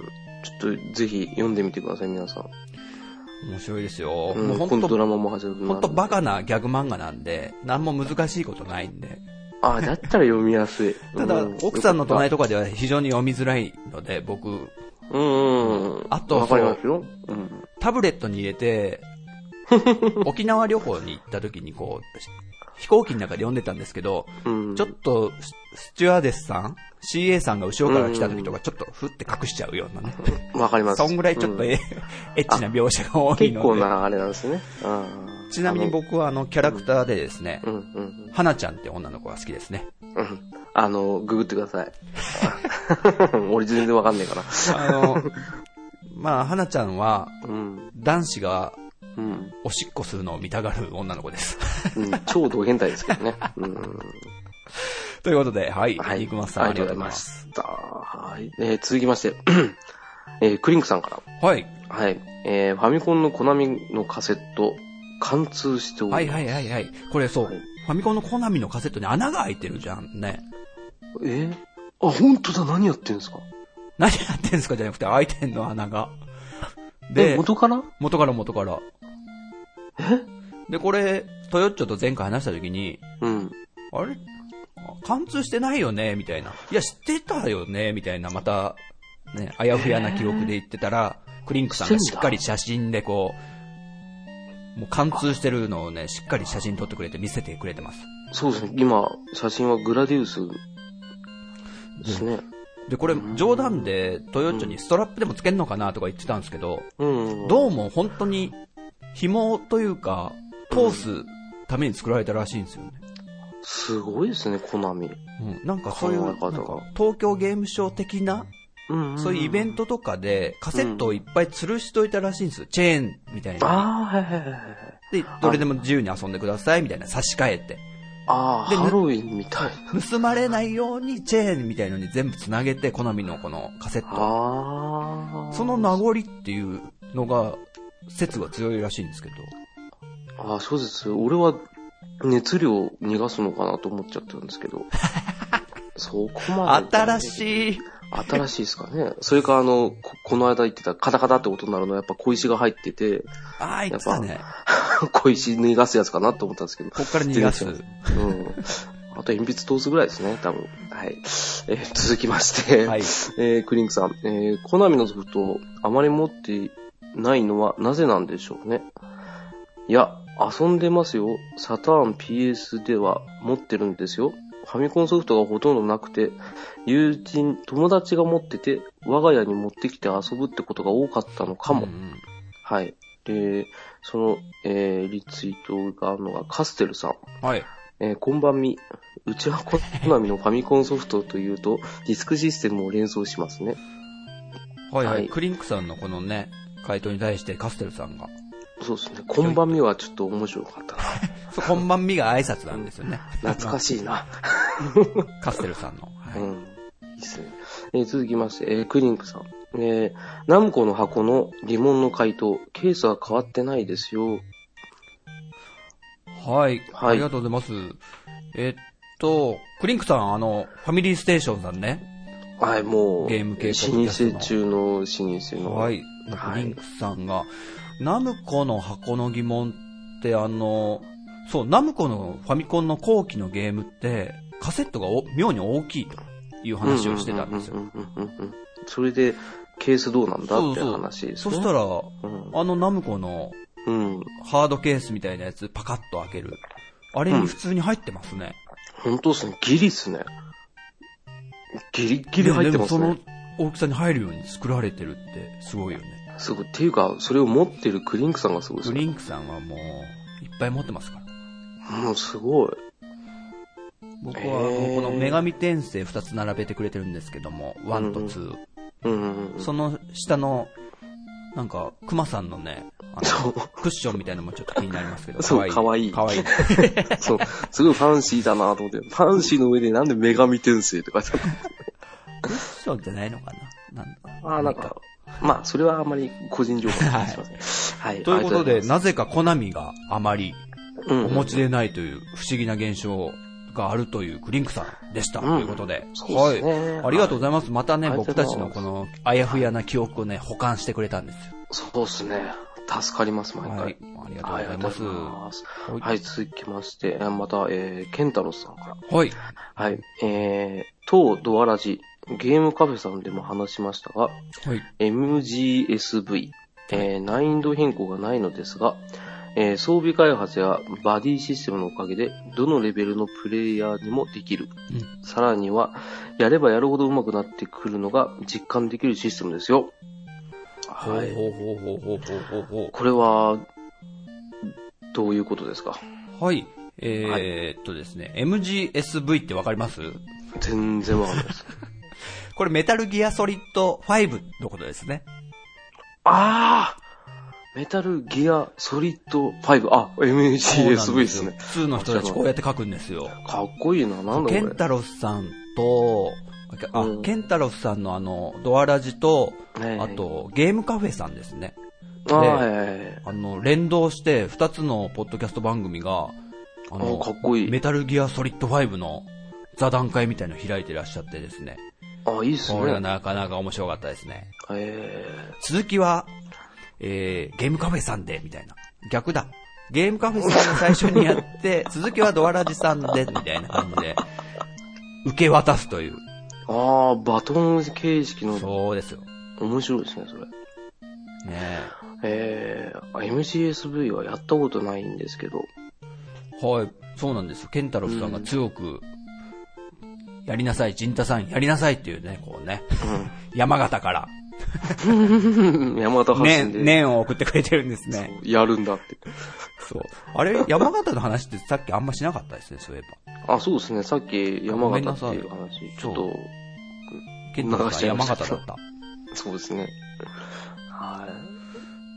ちょっとぜひ読んでみてください、皆さん。 面白いですよ。 うん、もう本当ドラマも始まる。 本当バカなギャグ漫画なんで、何も難しいことないんで。 あ、だったら読みやすい。 ただ、うん、奥さんの隣とかでは非常に読みづらいので、僕。 うんうん。 あと、 わかりますよ。うん。 タブレットに入れて、沖縄旅行に行った時にこう、飛行機の中で読んでたんですけど、うん、ちょっとスチュワーデスさん シーエー さんが後ろから来た時とかちょっとふって隠しちゃうようなね。 わかります。 そんぐらいちょっとエ、うん、エッチな描写が多いので。 結構なあれなんですね。 ちなみに僕はあのキャラクターでですね、うんうんうん、花ちゃんって女の子が好きですね。 うん、あの、ググってください。俺全然わかんねえから。 あの、まあ、花ちゃんは、うん、男子が、うん、おしっこするのを見たがる女の子です。 うん、超ド変態ですけどね。うん、 ということで、はい。 はい、 ニクマスさんありがとうございました。はい。えー、続きまして、えー、クリンクさんから。 はい。 はい。えー、ファミコンのコナミのカセット、貫通しております。 はいはいはいはい。これそう、はい、ファミコンのコナミのカセットに穴が開いてるじゃんね。 えー、あ、ほんとだ、何やってんすか？ 何やってんすかじゃなくて、開いてんの、穴が。で、 元から元から元から。 えで、これ、トヨッチョと前回話した時に、 うん。 あれ貫通してないよねみたいな。いや、知ってたよねみたいな、また、ね、あやふやな記憶で言ってたら、クリンクさんがしっかり写真でこう、もう貫通してるのをね、しっかり写真撮ってくれて見せてくれてます。 そうですね。今、写真はグラディウスですね。 で、これ、冗談で、トヨッチョにストラップでもつけんのかなとか言ってたんですけど、うん、どうも本当に、紐というか、通すために作られたらしいんですよね。 すごいですね、コナミ。 うん。なんかそういう、なんか東京ゲームショウ的な、うんうんうん、そういうイベントとかで、カセットをいっぱい吊るしといたらしいんですよ。チェーンみたいな。 ああ、はいはいはい。 で、どれでも自由に遊んでくださいみたいな差し替えて。 ああ、ハロウィンみたい。 盗まれないようにチェーンみたいのに全部つなげて、コナミのこのカセット。 ああ。 その名残っていうのが、説が強いらしいんですけど。 ああ、そうです。俺は熱量逃がすのかなと思っちゃったんですけど。そこまで。 新しい。 新しいですかね。それかあの、こ, この間言ってたカタカタって音になるのはやっぱ小石が入ってて。 ああ、言ってたね。 小石逃がすやつかなと思ったんですけど。 こっから逃がす。うん。 あと鉛筆通すぐらいですね、多分。はい。えー、続きまして。はい。えー、クリンクさん。えー、コナミのソフトをあまり持ってないのはなぜなんでしょうね。いや、遊んでますよ。サターン ピーエス では持ってるんですよ。ファミコンソフトがほとんどなくて、友人、友達が持ってて、我が家に持ってきて遊ぶってことが多かったのかも。うんうん、はい。で、その、えー、リツイートがあるのがカステルさん。 はい。 えー、こんばんみ。うちはコナミのファミコンソフトというと、ディスクシステムを連想しますね。 はいはい。はい、クリンクさんのこのね、回答に対してカステルさんが。 そうですね。こんばんみはちょっと面白かったな。 そう、こんばんみが挨拶なんですよね。 懐かしいな。 カステルさんの。 はい、うん。いいですね。えー、続きまして、えー、クリンクさん。えー、ナムコの箱の疑問の回答、ケースは変わってないですよ。 はい。はい。ありがとうございます。えー、っと、クリンクさん、あの、ファミリーステーションさんね。 はい、もう、 ゲーム系老舗中の老舗の。 はい。クリンクさんが、はい、ナムコの箱の疑問ってあの、そう、ナムコのファミコンの後期のゲームって、カセットが妙に大きいという話をしてたんですよ。 それで、ケースどうなんだっていう話ですね。 そうそう。そしたら、うん、あのナムコのうん。ハードケースみたいなやつパカッと開ける。あれに普通に入ってますね。 うん、本当ですね。ギリっすね。ギリギリ入ってますね。 でもその大きさに入るように作られてるってすごいよね。 すごい。っていうか、それを持ってるクリンクさんがすごいですね。 クリンクさんはもう、いっぱい持ってますから。 もうすごい。 僕は、この女神転生ふたつ並べてくれてるんですけども、ワンとツー。うんうんうん、その下の、なんか、クマさんのね、あのクッションみたいなのもちょっと気になりますけど、 そう、かわいい。 かわいい。 そう、すごいファンシーだなと思って、ファンシーの上でなんで女神転生とかクッションじゃないのかななんだああ、なんか、まあ、それはあまり個人情報にしません。 はい。はい、ということで、なぜかコナミがあまりお持ちでないという不思議な現象があるというクリンクさんでした。うん、ということで。はい。ありがとうございます。またね、僕たちのこのあやふやな記憶をね、保管してくれたんですよ。 そうですね。助かります、毎回。はい。 ありがとうございます。 はい、はい、続きまして、また、えー、ケンタロスさんから。 はい。 はい。えー、当ドアラジ、ゲームカフェさんでも話しましたが、はい、エムジーエスブイ、えー、難易度変更がないのですが、えー、装備開発やバディシステムのおかげで、どのレベルのプレイヤーにもできる。うん、さらには、やればやるほど上手くなってくるのが実感できるシステムですよ。はい。これは、どういうことですか？ はい。えー、っとですね、エムジーエスブイ ってわかります？ 全然わかんないです。 これメタルギアソリッドファイブのことですね。 ああメタルギアソリッドファイブ。あ、エムジーエスブイ ですね。 普通の人たちこうやって書くんですよ。 かっこいいな。なんだこれ。 ケンタロスさんと、あ、うん、ケンタロスさんのあの、ドアラジと、はいはい、あと、ゲームカフェさんですね。で、はいはいはい、あの、連動して二つのポッドキャスト番組が、あの、 あかっこいい。 メタルギアソリッドファイブの座談会みたいなのを開いてらっしゃってですね。 あ、いいっすね。 これがなかなか面白かったですね。 えー、続きは、えー、ゲームカフェさんで、みたいな。逆だ。ゲームカフェさんが最初にやって、続きはドアラジさんで、みたいな感じで、受け渡すという。 ああ、バトン形式の。 そうですよ。 面白いですね、それ。ねえ。えー、エムジーエスブイ はやったことないんですけど。 はい、そうなんですよ。ケンタロスさんが強く、うん、やりなさい、ジンタさんやりなさいっていうね、こうね。うん、山形から。 山形発信で。 ね、念を送ってくれてるんですね。 やるんだって。 そう。あれ、山形の話ってさっきあんましなかったですね、そういえば。あ、そうですね。さっき山形っていう話、ちょっと、 ケンタロスさん山形だった。 そうですね。はい。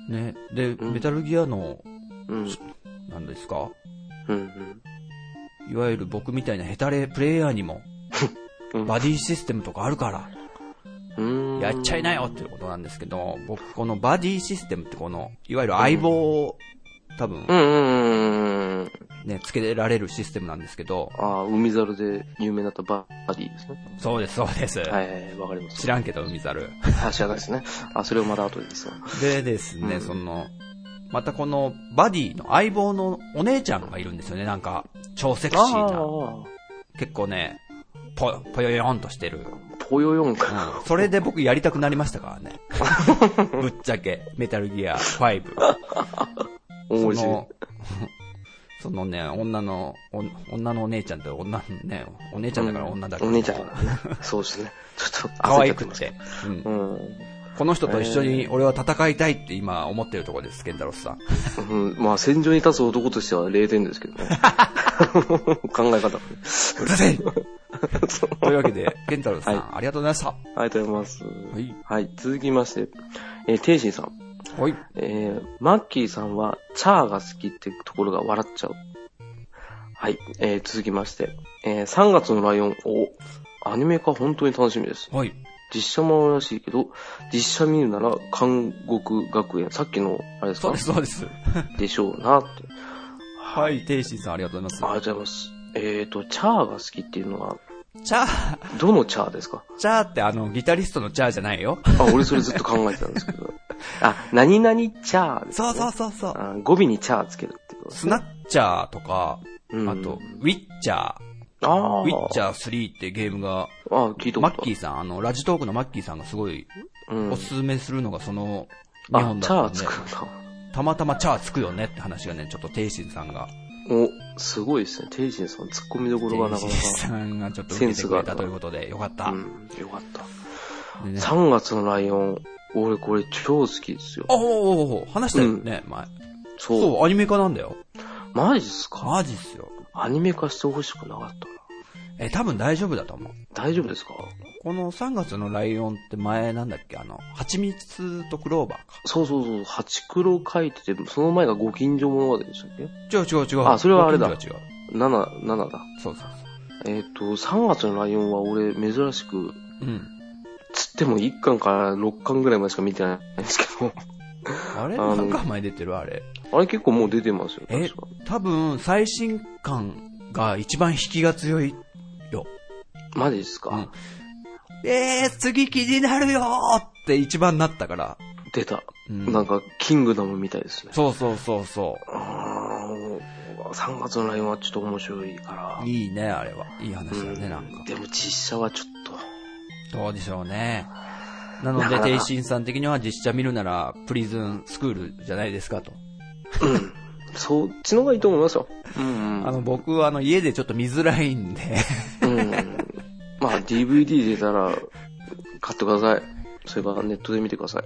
ね、で、うん、メタルギアの、うん、何ですか、うんうん、いわゆる僕みたいなヘタレプレイヤーにも、バディシステムとかあるから、うんやっちゃいなよっていうことなんですけど、僕このバディシステムってこの、いわゆる相棒を、多分、うんうんうん、ね、つけられるシステムなんですけど。 ああ、海猿で有名だったバディですね。 そうです、そうです。 はいはい、わかります。 知らんけど、海猿。 あ、知らないですね。あ、それをまだ後でですわ。 でですね、うん、その、またこのバディの相棒のお姉ちゃんがいるんですよね、なんか、超セクシーな。結構ね、ぽ、ぽよよんとしてる。 ぽよよんか、 うん。それで僕やりたくなりましたからね。ぶっちゃけ、メタルギアファイブ。 面白い。 そのね、女の、女のお姉ちゃんって女のね、お姉ちゃんだから女だから、 うん。お姉ちゃんだからね。そうですね。ちょっと可愛くて、うん。うん。この人と一緒に俺は戦いたいって今思ってるところです、ケンタロスさん。 うん、まあ戦場に立つ男としてはれいてんですけどね。考え方。うるせえというわけで、ケンタロスさん、はい、ありがとうございました。 ありがとうございます。はい。はい、続きまして、えー、テイシンさん。 はい。 えー、マッキーさんはチャーが好きってところが笑っちゃう。はい。えー、続きまして、えー、さんがつのライオン、お、アニメ化本当に楽しみです。 はい。 実写もあるらしいけど、実写見るなら監獄学園、さっきの、あれですか？ そうです、そうです。 でしょうなって。 はい、テイシーさんありがとうございます。 ありがとうございます。えーと、チャーが好きっていうのは、 チャーどのチャーですか？ チャーってあの、ギタリストのチャーじゃないよ。 あ、俺それずっと考えてたんですけど。あ、何々チャーですね。 そうそうそうそう。 語尾にチャーつけるってことですね。スナッチャーとか、うん、あと、ウィッチャー。 あウィッチャースリーってゲームが、 あ聞いたことある。 マッキーさん、あの、ラジトークのマッキーさんがすごい、おすすめするのがそのにほんだったんで。 うん、あ、チャーつくんだ。 たまたまチャーつくよねって話がね、ちょっとテイシンさんが。 お、すごいですね。テイシンさん、突っ込みどころがなかなか。 テイシンさんがちょっと受けてくれたということで、よかった。 うん、よかった。ね、さんがつのライオン、俺これ超好きですよ。 おおお話したよね、うん、前。そう。そう、アニメ化なんだよ。 マジっすか？ マジっすよ。 アニメ化してほしくなかったな。 え、多分大丈夫だと思う。 大丈夫ですか？ このさんがつのライオンって前なんだっけ、あの、蜂蜜とクローバーか。 そうそうそう、蜂黒書いてて、その前がご近所物語でしたっけ？ 違う違う違う。 あ、それはあれだ。 違う。 なな、ななだ。 そうそうそう。 えっ、ー、と、さんがつのライオンは俺珍しく、 うん。 つってもいっかんからろっかんぐらいまでしか見てないんですけど。 あれ何巻前出てるあれ。 あれ結構もう出てますよ。 え、多分最新巻が一番引きが強いよ。 マジですか？うん、 えー、次気になるよーって一番なったから。 出た。うん、なんか、キングダムみたいですね。 そうそうそうそう。 あー、さんがつのライオンはちょっと面白いから。 いいね、あれは。いい話だね、うん、なんか。 でも実写はちょっと。どうでしょうね。なので、テイシンさん的には実写見るなら、プリズンスクールじゃないですかと。 うん。そっちの方がいいと思いますよ。うん、うん。 あの、僕はあの、家でちょっと見づらいんで。 うん。まあ、ディーブイディー 出たら、買ってください。そういえばネットで見てください。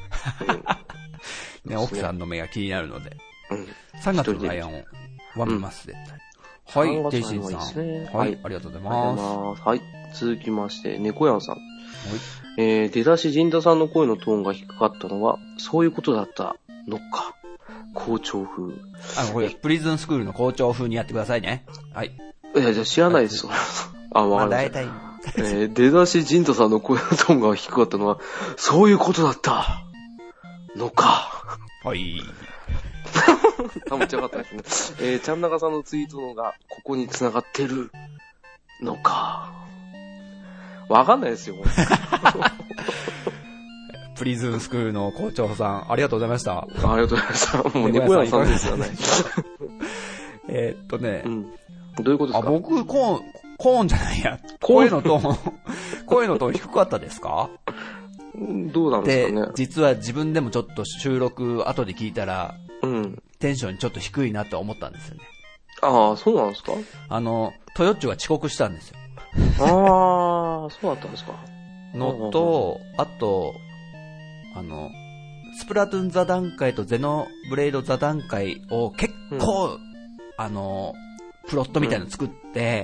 うん、ね、奥さんの目が気になるので。 うん。 さんがつのライオンは見ます、絶対。うん、はい、テイシンさん、ね。はい、ありがとうございます。 はい、続きまして、猫やんさん。はい。えー、出だし陣田さんの声のトーンが低かったのは、そういうことだったのか。校長風。 あの、これ、プリズンスクールの校長風にやってくださいね。はい。 いや、じゃあ知らないですよ。あ、わかりました。まあ、大体。えー、出だし陣田さんの声のトーンが低かったのは、そういうことだったのか。 はい。 あ、めっちゃよかったですね。えー、ちゃんなかさんのツイートのが、ここに繋がってるのか。わかんないですよ。 プリズンスクールの校長さん、ありがとうございました。 ありがとうございました。もう猫屋さんですよね。 えっとね、 うん。どういうことですか？ あ、僕、コーン、コーンじゃないや。声のトーン、声のトーン低かったですか？ どうなんですかね。 で、実は自分でもちょっと収録後で聞いたら、 うん。 テンションちょっと低いなと思ったんですよね。 ああ、そうなんですか？ あの、トヨッチョが遅刻したんですよ。 ああ、そうだったんですか。 のと、あと、あの、スプラトゥーン座談会とゼノブレイド座談会を結構、うん、あの、プロットみたいなの作って、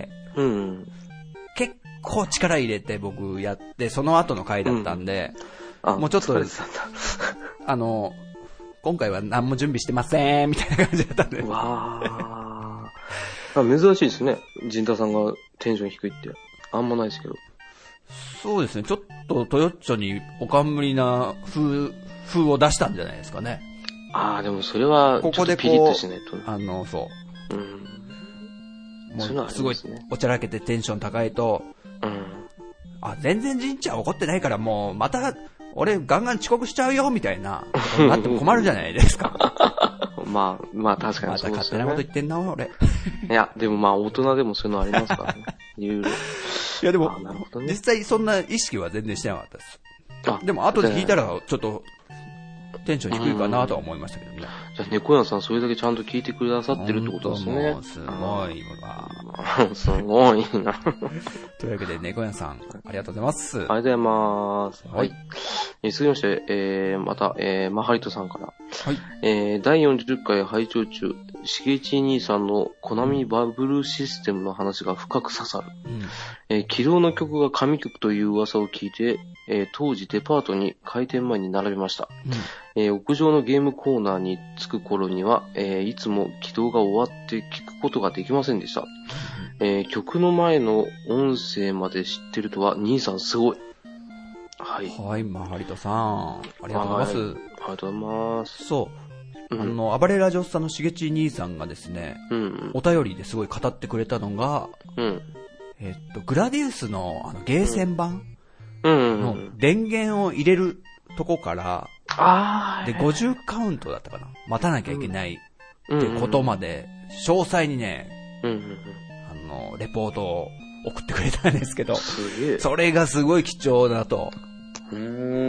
うんうん、 結構力入れて僕やって、その後の回だったんで、 うん、 もうちょっと、あの、今回は何も準備してません、みたいな感じだったんで。 わー。珍しいですね。陣太さんがテンション低いって。あんまないですけど。 そうですね。ちょっとトヨッチョにおかんむりな風、風を出したんじゃないですかね。 ああ、でもそれは、ちょっとピリッとしないと。 あの、そう。 うん。 もうすごいおちゃらけてテンション高いと、 うん。 あ、全然ジンちゃん怒ってないからもう、また、俺ガンガン遅刻しちゃうよ、みたいな、なっても困るじゃないですか。 まあ、まあ確かにそうですね。 また勝手なこと言ってんな、俺。 いや、でもまあ大人でもそういうのありますからね。いろいろ。 いやでも、ね、実際そんな意識は全然してなかったです。あ、でも後で聞いたら、ちょっと、テンション低いかなとは思いましたけどね。 じゃあ、猫屋さんそれだけちゃんと聞いてくださってるってことですね。 すごいわ。 すごいな。 というわけで、猫屋さん、ありがとうございます。 ありがとうございます。 はい。 えー、続きまして、えー、また、えー、マハリトさんから。 はい。 えー、だいよんじゅっかい拝聴中、しげち兄さんのコナミバブルシステムの話が深く刺さる。 うん。 えー、起動の曲が神曲という噂を聞いて、えー、当時デパートに開店前に並びました。 うん。 えー、屋上のゲームコーナーに着く頃には、えー、いつも起動が終わって聞くことができませんでした。えー、曲の前の音声まで知ってるとは、兄さんすごい。はい。 はい、マハリトさん。ありがとうございます。 ありがとうございます。 そう。うん、あの、暴れラジオスさんのしげち兄さんがですね、 うんうん、 お便りですごい語ってくれたのが、 うん、 えっと、グラディウスのあのゲーセン版のの電源を入れるとこから、 あで、ごじゅうカウントだったかな。待たなきゃいけないってことまで、詳細にね、 うんうんうん、 あの、レポートを送ってくれたんですけど、 すげえ。 それがすごい貴重だと。 うーん。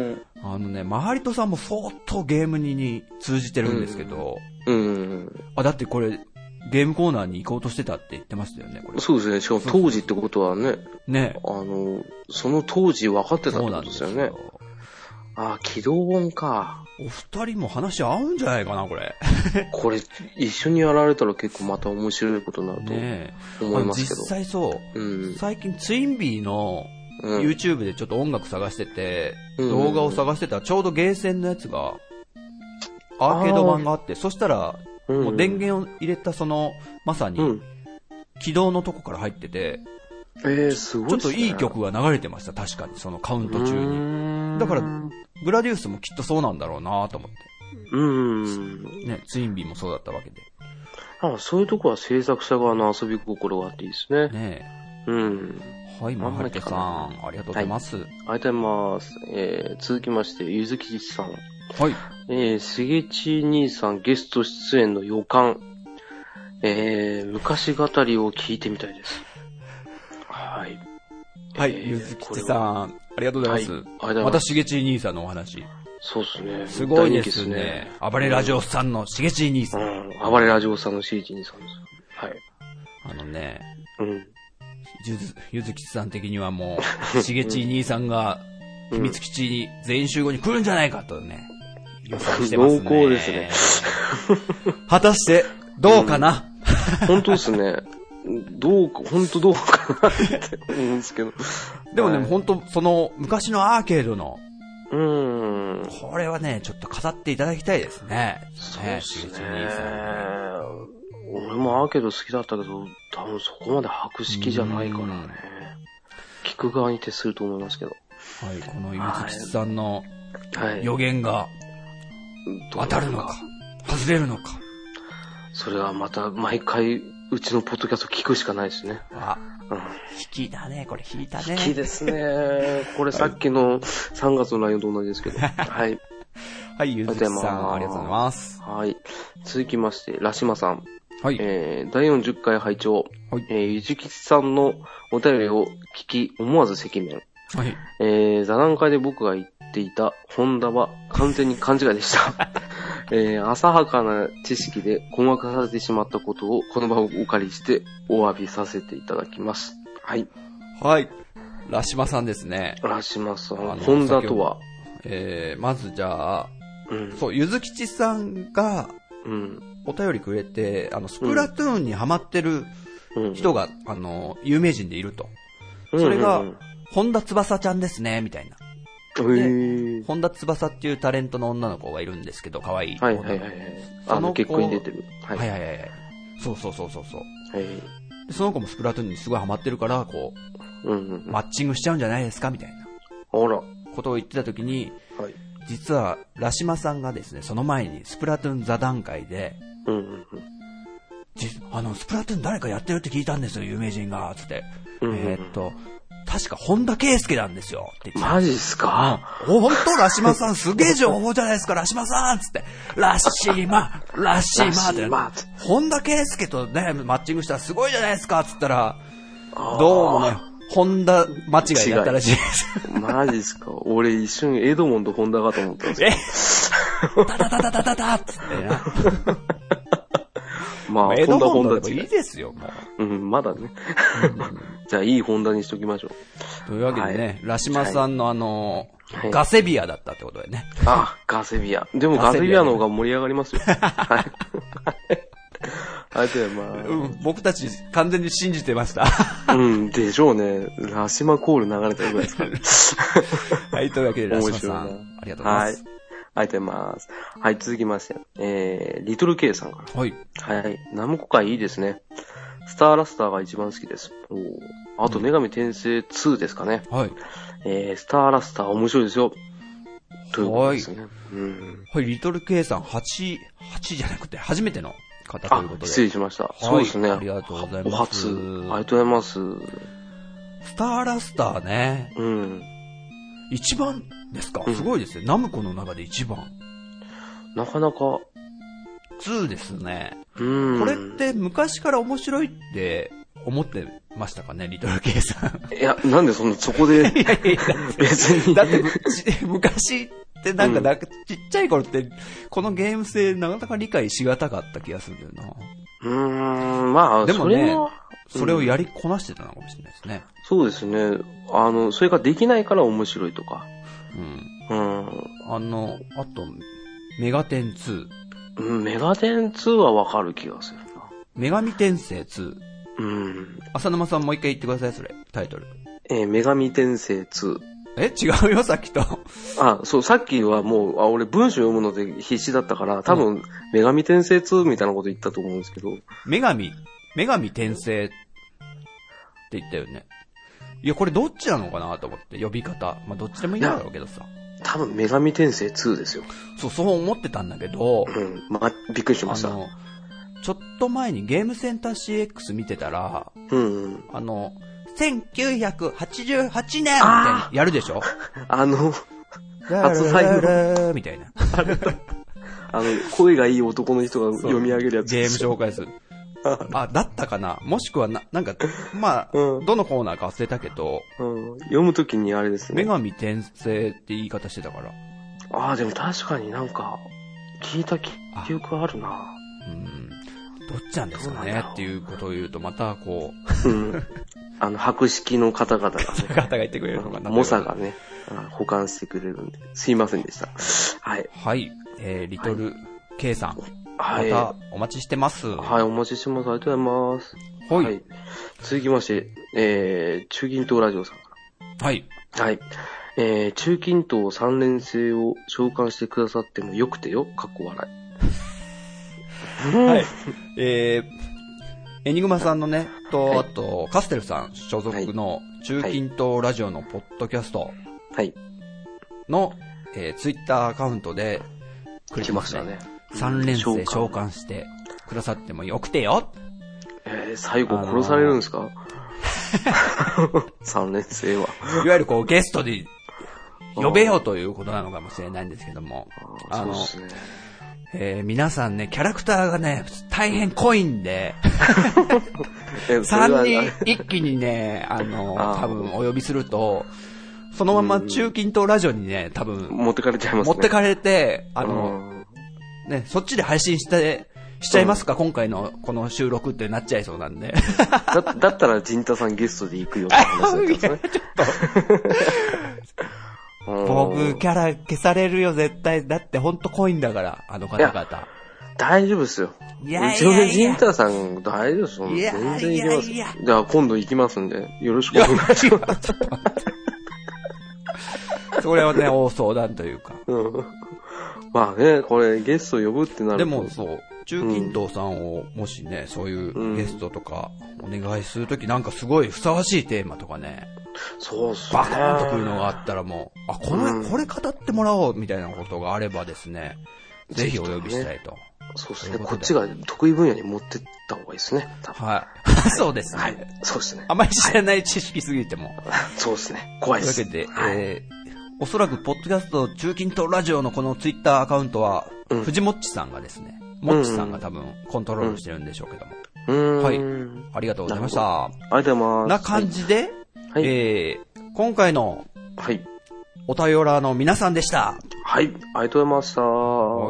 あのね、マハリトさんも相当ゲームにに通じてるんですけど、 うん。うん。 あ、だってこれ、ゲームコーナーに行こうとしてたって言ってましたよね、これ。 そうですね。しかも当時ってことはね。 ね。 あの、その当時分かってたってことですよね。そうなんですよ。あ、起動音か。 お二人も話合うんじゃないかな、これ。 これ、一緒にやられたら結構また面白いことになると思いますけど。 実際そう。 うん、 最近ツインビーの YouTube でちょっと音楽探してて、うん、動画を探してたらちょうどゲーセンのやつが、アーケード版があって、そしたら、もう電源を入れたその、まさに、起動のとこから入ってて、 えー、すごいですね。 ちょっといい曲が流れてました、確かに、そのカウント中に。だから、グラディウスもきっとそうなんだろうなと思って。 うーん。 ね、ツインビーもそうだったわけで。 あ、そういうとこは制作者側の遊び心があっていいですね。 ねえ。うん。 はい、マハリテさん、ありがとうございます。はい、 ありがとうございます。えー、続きまして、ゆずきさん。 はい。 えー、しげち兄さんゲスト出演の予感。えー、昔語りを聞いてみたいです。はい。 はい、えー、ゆずきちさん、ありがとうございます。はい、ありがとうございます。またしげち兄さんのお話。 そうですね。 すごいですね。暴れラジオさんのしげち兄さん。 うん、暴れラジオさんのしげち兄さんです。はい。 あのね、 うん。 ゆず、ゆずきちさん的にはもう、しげち兄さんが、秘密基地に全員集合に来るんじゃないかとね、予想してますね。 濃厚ですね。 果たして、どうかな、 うん、本当ですね。どうか、本当どうかなって思うんですけど。 でもね、はい、本当その、昔のアーケードの、 うーん。 これはね、ちょっと飾っていただきたいですね。 そうですね。俺もアーケード好きだったけど、多分そこまで博識じゃないからね。聞く側に徹すると思いますけど。 はい、このゆずきさんの予言が当たるのか、外れるのか。 それはまた毎回うちのポッドキャスト聞くしかないですね。 あ、うん、引きだね、これ引いたね。 引きですね。これさっきのさんがつの内容と同じですけど。はい。 はい、ゆずきさん、ありがとうございます。 はい。続きまして、ラシマさん。 はい。 えー、だいよんじゅっかい拝聴。 はい。 えー、ゆずきさんのお便りを聞き、思わず赤面。 はい。 えー、座談会で僕が言っていたホンダは完全に勘違いでした。えー、浅はかな知識で困惑させてしまったことをこの場をお借りしてお詫びさせていただきます。はい。 はい。ラシマさんですね。 ラシマさん。ホンダとはえー、まずじゃあ、 うん、 そう、ゆずきちさんが、 うん、 お便りくれて、あの、スプラトゥーンにハマってる人が、うん、あの、有名人でいると。それが、本田翼ちゃんですね、みたいな。 で、 本田翼っていうタレントの女の子がいるんですけど、可愛い。 はいはいはいはい。あの、結婚に出てる。 はい、はいはいはいはい。そうそうそうそうそう。 はい。 で、その子もスプラトゥーンにすごいハマってるから、こう、うんうんうん、 マッチングしちゃうんじゃないですか、みたいな。 あら。 ことを言ってた時に、 はい。 実は、ラシマさんがですね、その前にスプラトゥーン座談会で、 うんうんうん、 あの、スプラトゥーン誰かやってるって聞いたんですよ、有名人が、つって。 うんうんうん、 えー、っと、確か本田圭佑なんですよ、って言って。 マジっすか、 うん、お、ほんと、ラシマさん、すげえ情報じゃないですか、ラシマさんつって。ラシマ、ラシマって。本田圭佑とね、マッチングしたらすごいじゃないですか、つったら、どうもね、本田間違いだったらしいです。 マジっすか。俺一瞬エドモンド本田かと思ったんですよ。えタタタタタタタつってな。 まあ、 エドモンドでもいいですよ、もう。うん、まだね。じゃあ、いいホンダにしときましょう。 というわけでね、はい、ラシマさんのあのーはい、ガセビアだったってことでね。 あ、ガセビア。でもガセビアの方が盛り上がりますよ。はい。ありがとうございます。 うん、僕たち完全に信じてました。 うん、でしょうね。ラシマコール流れたぐらいですかね。 はい、というわけでラシマさん、ありがとうございます。 はい。ありがとうございます。はい、続きまして、えー、リトル K さんから。 はい。 はい。ナムコ界いいですね。スターラスターが一番好きです。おあと、女神転生ツーですかね。 はい。 えー、スターラスター面白いですよ。ということですね。 はい。 うん。 はい、リトル K さん、はち、はちじゃなくて、初めての方ということで。 失礼しました。はい、そうですね。 ありがとうございます。 お初。ありがとうございます。 スターラスターね。 うん。 一番ですか、うん、すごいですね。ナムコの中で一番。 なかなか。 ツーですね。 うん。 これって昔から面白いって思ってましたかね、リトル K さん。 いや、なんでそんな、そこで。いやいや、別に。 だって、昔っってなんか、なんかちっちゃい頃って、このゲーム性なかなか理解しがたかった気がするんだよな。 うーん、まあ、 でもね、 それ, それをやりこなしてたのかもしれないですね。 そうですね。あの、それができないから面白いとか。 うん。うん。あの、あと、メガテンツー。うん、メガテンツーはわかる気がするな。 女神転生ツー。 うん。 浅沼さんもう一回言ってください、それ。タイトル。 えー、女神転生ツー。 え違うよ、さっきと。 あ、そう、さっきはもう、あ、俺文章読むので必死だったから、多分、うん、女神転生ツーみたいなこと言ったと思うんですけど。 女神、女神転生って言ったよね。いや、これどっちなのかなと思って、呼び方。まあ、どっちでもいいんだろうけどさ。 多分、女神転生ツーですよ。 そう、そう思ってたんだけど。 うん、まあ、びっくりしました。 あの、ちょっと前にゲームセンター シーエックス 見てたら、 うん、うん。 あの、せんきゅうひゃくはちじゅうはちねんみたいなやるでしょあの、初採用みたいな。 あの、声がいい男の人が読み上げるやつ。 ゲーム紹介する。あ、だったかなもしくはな、なんか、まあ、うん、どのコーナーか忘れたけど、 うん、読むときにあれですね。 女神転生って言い方してたから。 ああ、でも確かになんか、聞いた記憶あるな。 うん。どっちなんですかねっていうことを言うと、またこう、 うん、あの、博識の方々が、ね、 方々が言ってくれるのかな。 猛者がね、保管してくれるんで、すいませんでした。はい。 はい。えー、リトル K さん。 はい。 またお待ちしてます。 はい、お待ちしてます。ありがとうございます。 はい。はい、 続きまして、えー、中近東ラジオさんから。 はい。 はい。えー、中近東三連星を召喚してくださってもよくてよ、かっこ笑い。 はい。えー、エニグマさんのね、と、はい、あと、カステルさん所属の中近東ラジオのポッドキャストの、はい、えー、ツイッターアカウントで、 来ましたね。 三連星召喚してくださってもよくてよ。 えー、最後殺されるんですか？三連星は。 いわゆるこうゲストで呼べよということなのかもしれないんですけども。 あの、そうですね。 えー、皆さんね、キャラクターがね、大変濃いんで、さんにん一気にね、あの、多分お呼びすると、そのまま中近東ラジオにね、多分、 持ってかれちゃいますね。 持ってかれて、あの、ね、そっちで配信して、しちゃいますか、うん、今回のこの収録ってなっちゃいそうなんで。 だ, だったら、ジンタさんゲストで行くよって話だったんですね。ちょっと。僕、キャラ消されるよ、絶対。だってほんと濃いんだから、あの方々。 大丈夫ですよ。いやいやいや。うちのジンタさん、大丈夫ですよ。全然行きます。いやいやいやじゃあ、今度行きますんで、よろしくお願いします。ちょっと待って。 それはね、大相談というか。 うんまあね、これゲスト呼ぶってなると。 でもそう、中近東さんをもしね、そういうゲストとかお願いするときなんかすごいふさわしいテーマとかね。 そうっすね。 バカーンとくるのがあったらもう、あ、これ、うん、これ語ってもらおうみたいなことがあればですね、ぜひお呼びしたいと。ね、 そうですね。こっちが得意分野に持ってった方がいいですね。 はい。そうですね。はい。 そうですね。 あまり知らない知識すぎても。 はい、そうですね。怖いです。 というわけで、はい、えーおそらく、ポッドキャスト中近東ラジオのこのツイッターアカウントは、うん、藤もっちさんがですね、もっちさんが多分コントロールしてるんでしょうけども。 うん、 はい。ありがとうございました。 ありがとうございます。 な感じで、はい、えー、今回の、 はい。 お便らの皆さんでした。 はい。ありがとうございました。はい。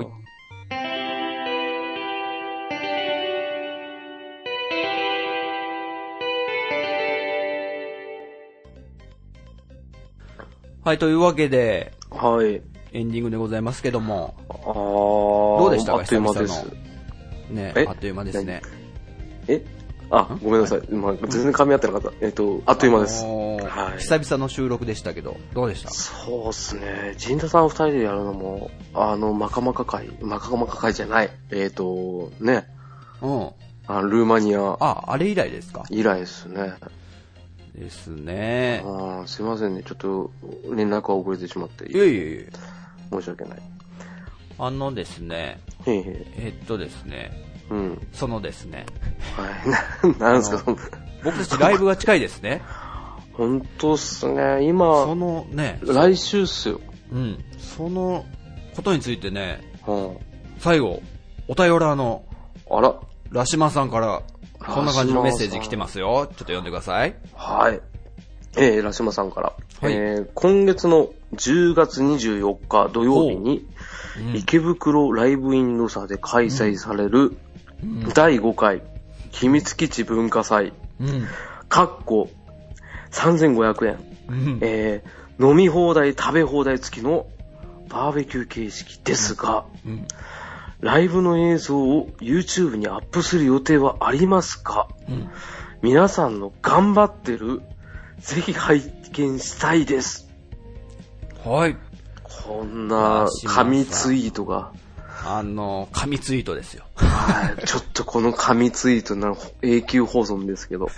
はい、というわけで、 はい。 エンディングでございますけども。 ああ。 どうでしたか、 あっという間です。 ね、あっという間ですね。 えあ、ごめんなさい。まあ、全然噛み合ってなかった。えっと、あっという間です。 はい。久々の収録でしたけど、どうでした？ そうっすね。ジンタさん二人でやるのも、あの、マカマカ会、マカマカ会じゃない。えっと、ね。 うん。 あルーマニア。 あ、あれ以来ですか？ 以来ですね。 ですね。 ああ、すいませんね。ちょっと、連絡が遅れてしまって。 いえいえいえ。 申し訳ない。 あのですね。 へへえっとですね。 うん。 そのですね。 はい。な、なんですか、その。 僕たちライブが近いですね。 本当っすね。今、 そのね。 来週っすよ。 うん。そのことについてね。 はあ、最後、お便らの。 あら。 ラシマさんから、こんな感じのメッセージ来てますよ。ちょっと読んでください。 はい。 えー、ラシマさんから、はい、えー、今月のじゅうがつにじゅうよっか土曜日に、うん、池袋ライブインロサで開催される、うん、だいごかい秘密基地文化祭、うん、かっこさんぜんごひゃくえん、うん、えー、飲み放題食べ放題付きのバーベキュー形式ですが、うんうん、ライブの映像を YouTube にアップする予定はありますか？うん、皆さんの頑張ってるぜひ拝見したいです。 はい。 こんな神ツイートが。 あの、神ツイートですよ。 はい。ちょっとこの神ツイートなら永久保存ですけど。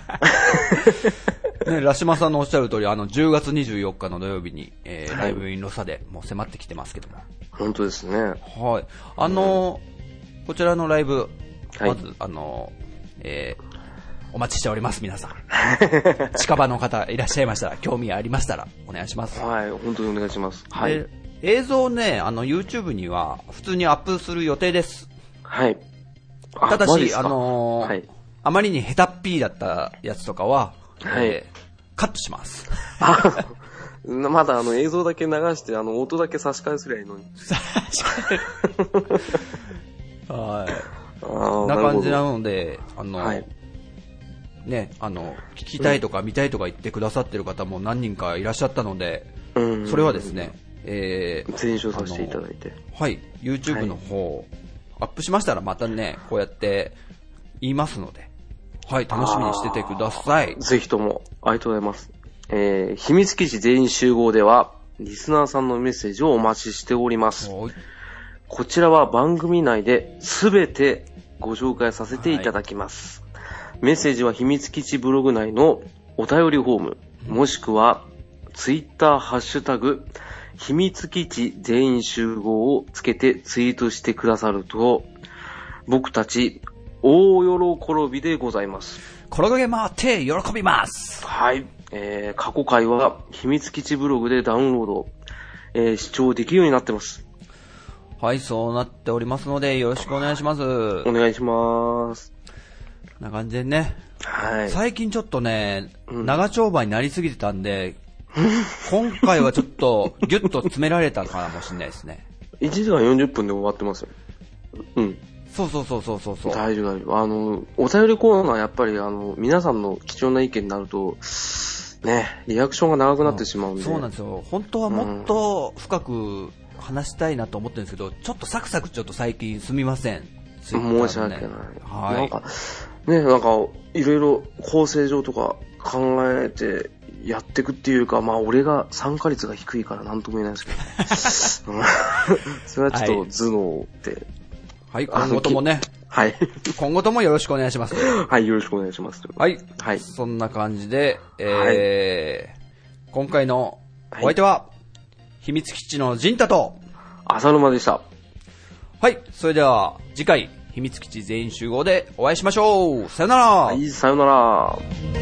ね、ラシマさんのおっしゃる通り、あの、じゅうがつにじゅうよっかの土曜日に、えーはい、ライブインロサでもう迫ってきてますけども。 本当ですね。 はい。あの、うん、こちらのライブ、まず、はい、あの、えー、お待ちしております、皆さん。近場の方いらっしゃいましたら、興味ありましたら、お願いします。 はい、本当にお願いします。はい。 映像ね、あの、YouTube には普通にアップする予定です。 はい。 ただし、あのーはい、あまりに下手っぴーだったやつとかは、はい、えー、カットします。 まだあの映像だけ流して、あの音だけ差し替えすりゃいいのに。差し替えはい。あな感じなので、あの、はい、ね、あの、聞きたいとか見たいとか言ってくださってる方も何人かいらっしゃったので、うん、それはですね、えー、全勝させていただいて。 はい、YouTube の方、はい、アップしましたらまたね、こうやって言いますので、はい、楽しみにしててください。 ぜひとも、ありがとうございます。えー、秘密基地全員集合では、リスナーさんのメッセージをお待ちしております。こちらは番組内で全てご紹介させていただきます。はい、メッセージは秘密基地ブログ内のお便りフォーム、もしくはツイッターハッシュタグ、秘密基地全員集合をつけてツイートしてくださると、僕たち大喜びでございます。 転げ回って喜びます。 はい。えー、過去回は秘密基地ブログでダウンロード、えー、視聴できるようになってます。 はい、そうなっておりますのでよろしくお願いします。 お願いします。 こんな感じでね。 はい。 最近ちょっとね、うん、長丁場になりすぎてたんで、今回はちょっとギュッと詰められたかもしれないですね。 いちじかんよんじゅっぷんで終わってますよ。うん。 そうそうそうそうそうそう。 大丈夫大丈夫。あの、お便りコーナーやっぱりあの、皆さんの貴重な意見になると、ね、リアクションが長くなってしまうんで、うん、 そうなんですよ。本当はもっと深く話したいなと思ってるんですけど、ちょっとサクサクちょっと最近すみません。ね、 申し訳ない。 はい。 なんか、ね、なんか、いろいろ構成上とか考えてやっていくっていうか、まあ俺が参加率が低いからなんとも言えないですけど、ね、それはちょっと頭脳で。 はい、今後ともね。 はい。 今後ともよろしくお願いします。 はい、よろしくお願いします。 はい。はい。そんな感じで、えー、はい、今回のお相手は、はい、秘密基地のジンタと、 浅沼でした。 はい。それでは、次回、秘密基地全員集合でお会いしましょう。さよなら。 はい、さよなら。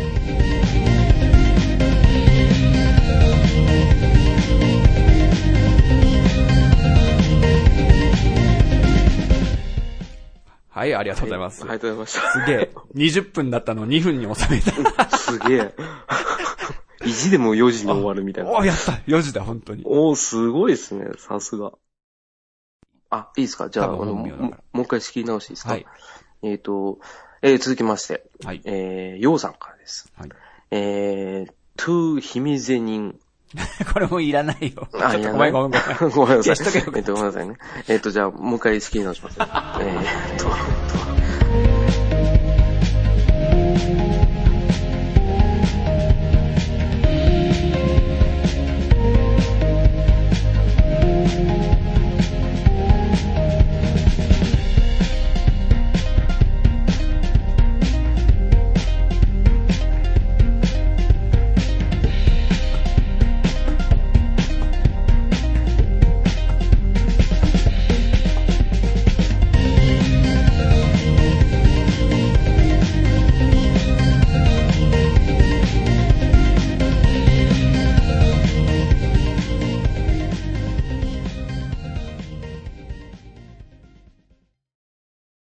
はい、ありがとうございます。 はい、ありがとうございました。 すげえ。にじゅっぷんだったのにふんに収めた。 すげえ。意地でもよじに終わるみたいな。 お、やった。よじだ、本当に。 おー、すごいですね。さすが。あ、いいですか？じゃあ、あの、もう一回仕切り直していいですか？はい。えっと、えー、続きまして。はい。えー、ようさんからです。はい。えー、トゥーヒミゼニン。 これもいらないよ。 あ、 ちょっとごめんごめんごめん。 ごめんなさい。えっと、ごめんなさいね。えっと、じゃあ、もう一回仕切り直します。えーっと、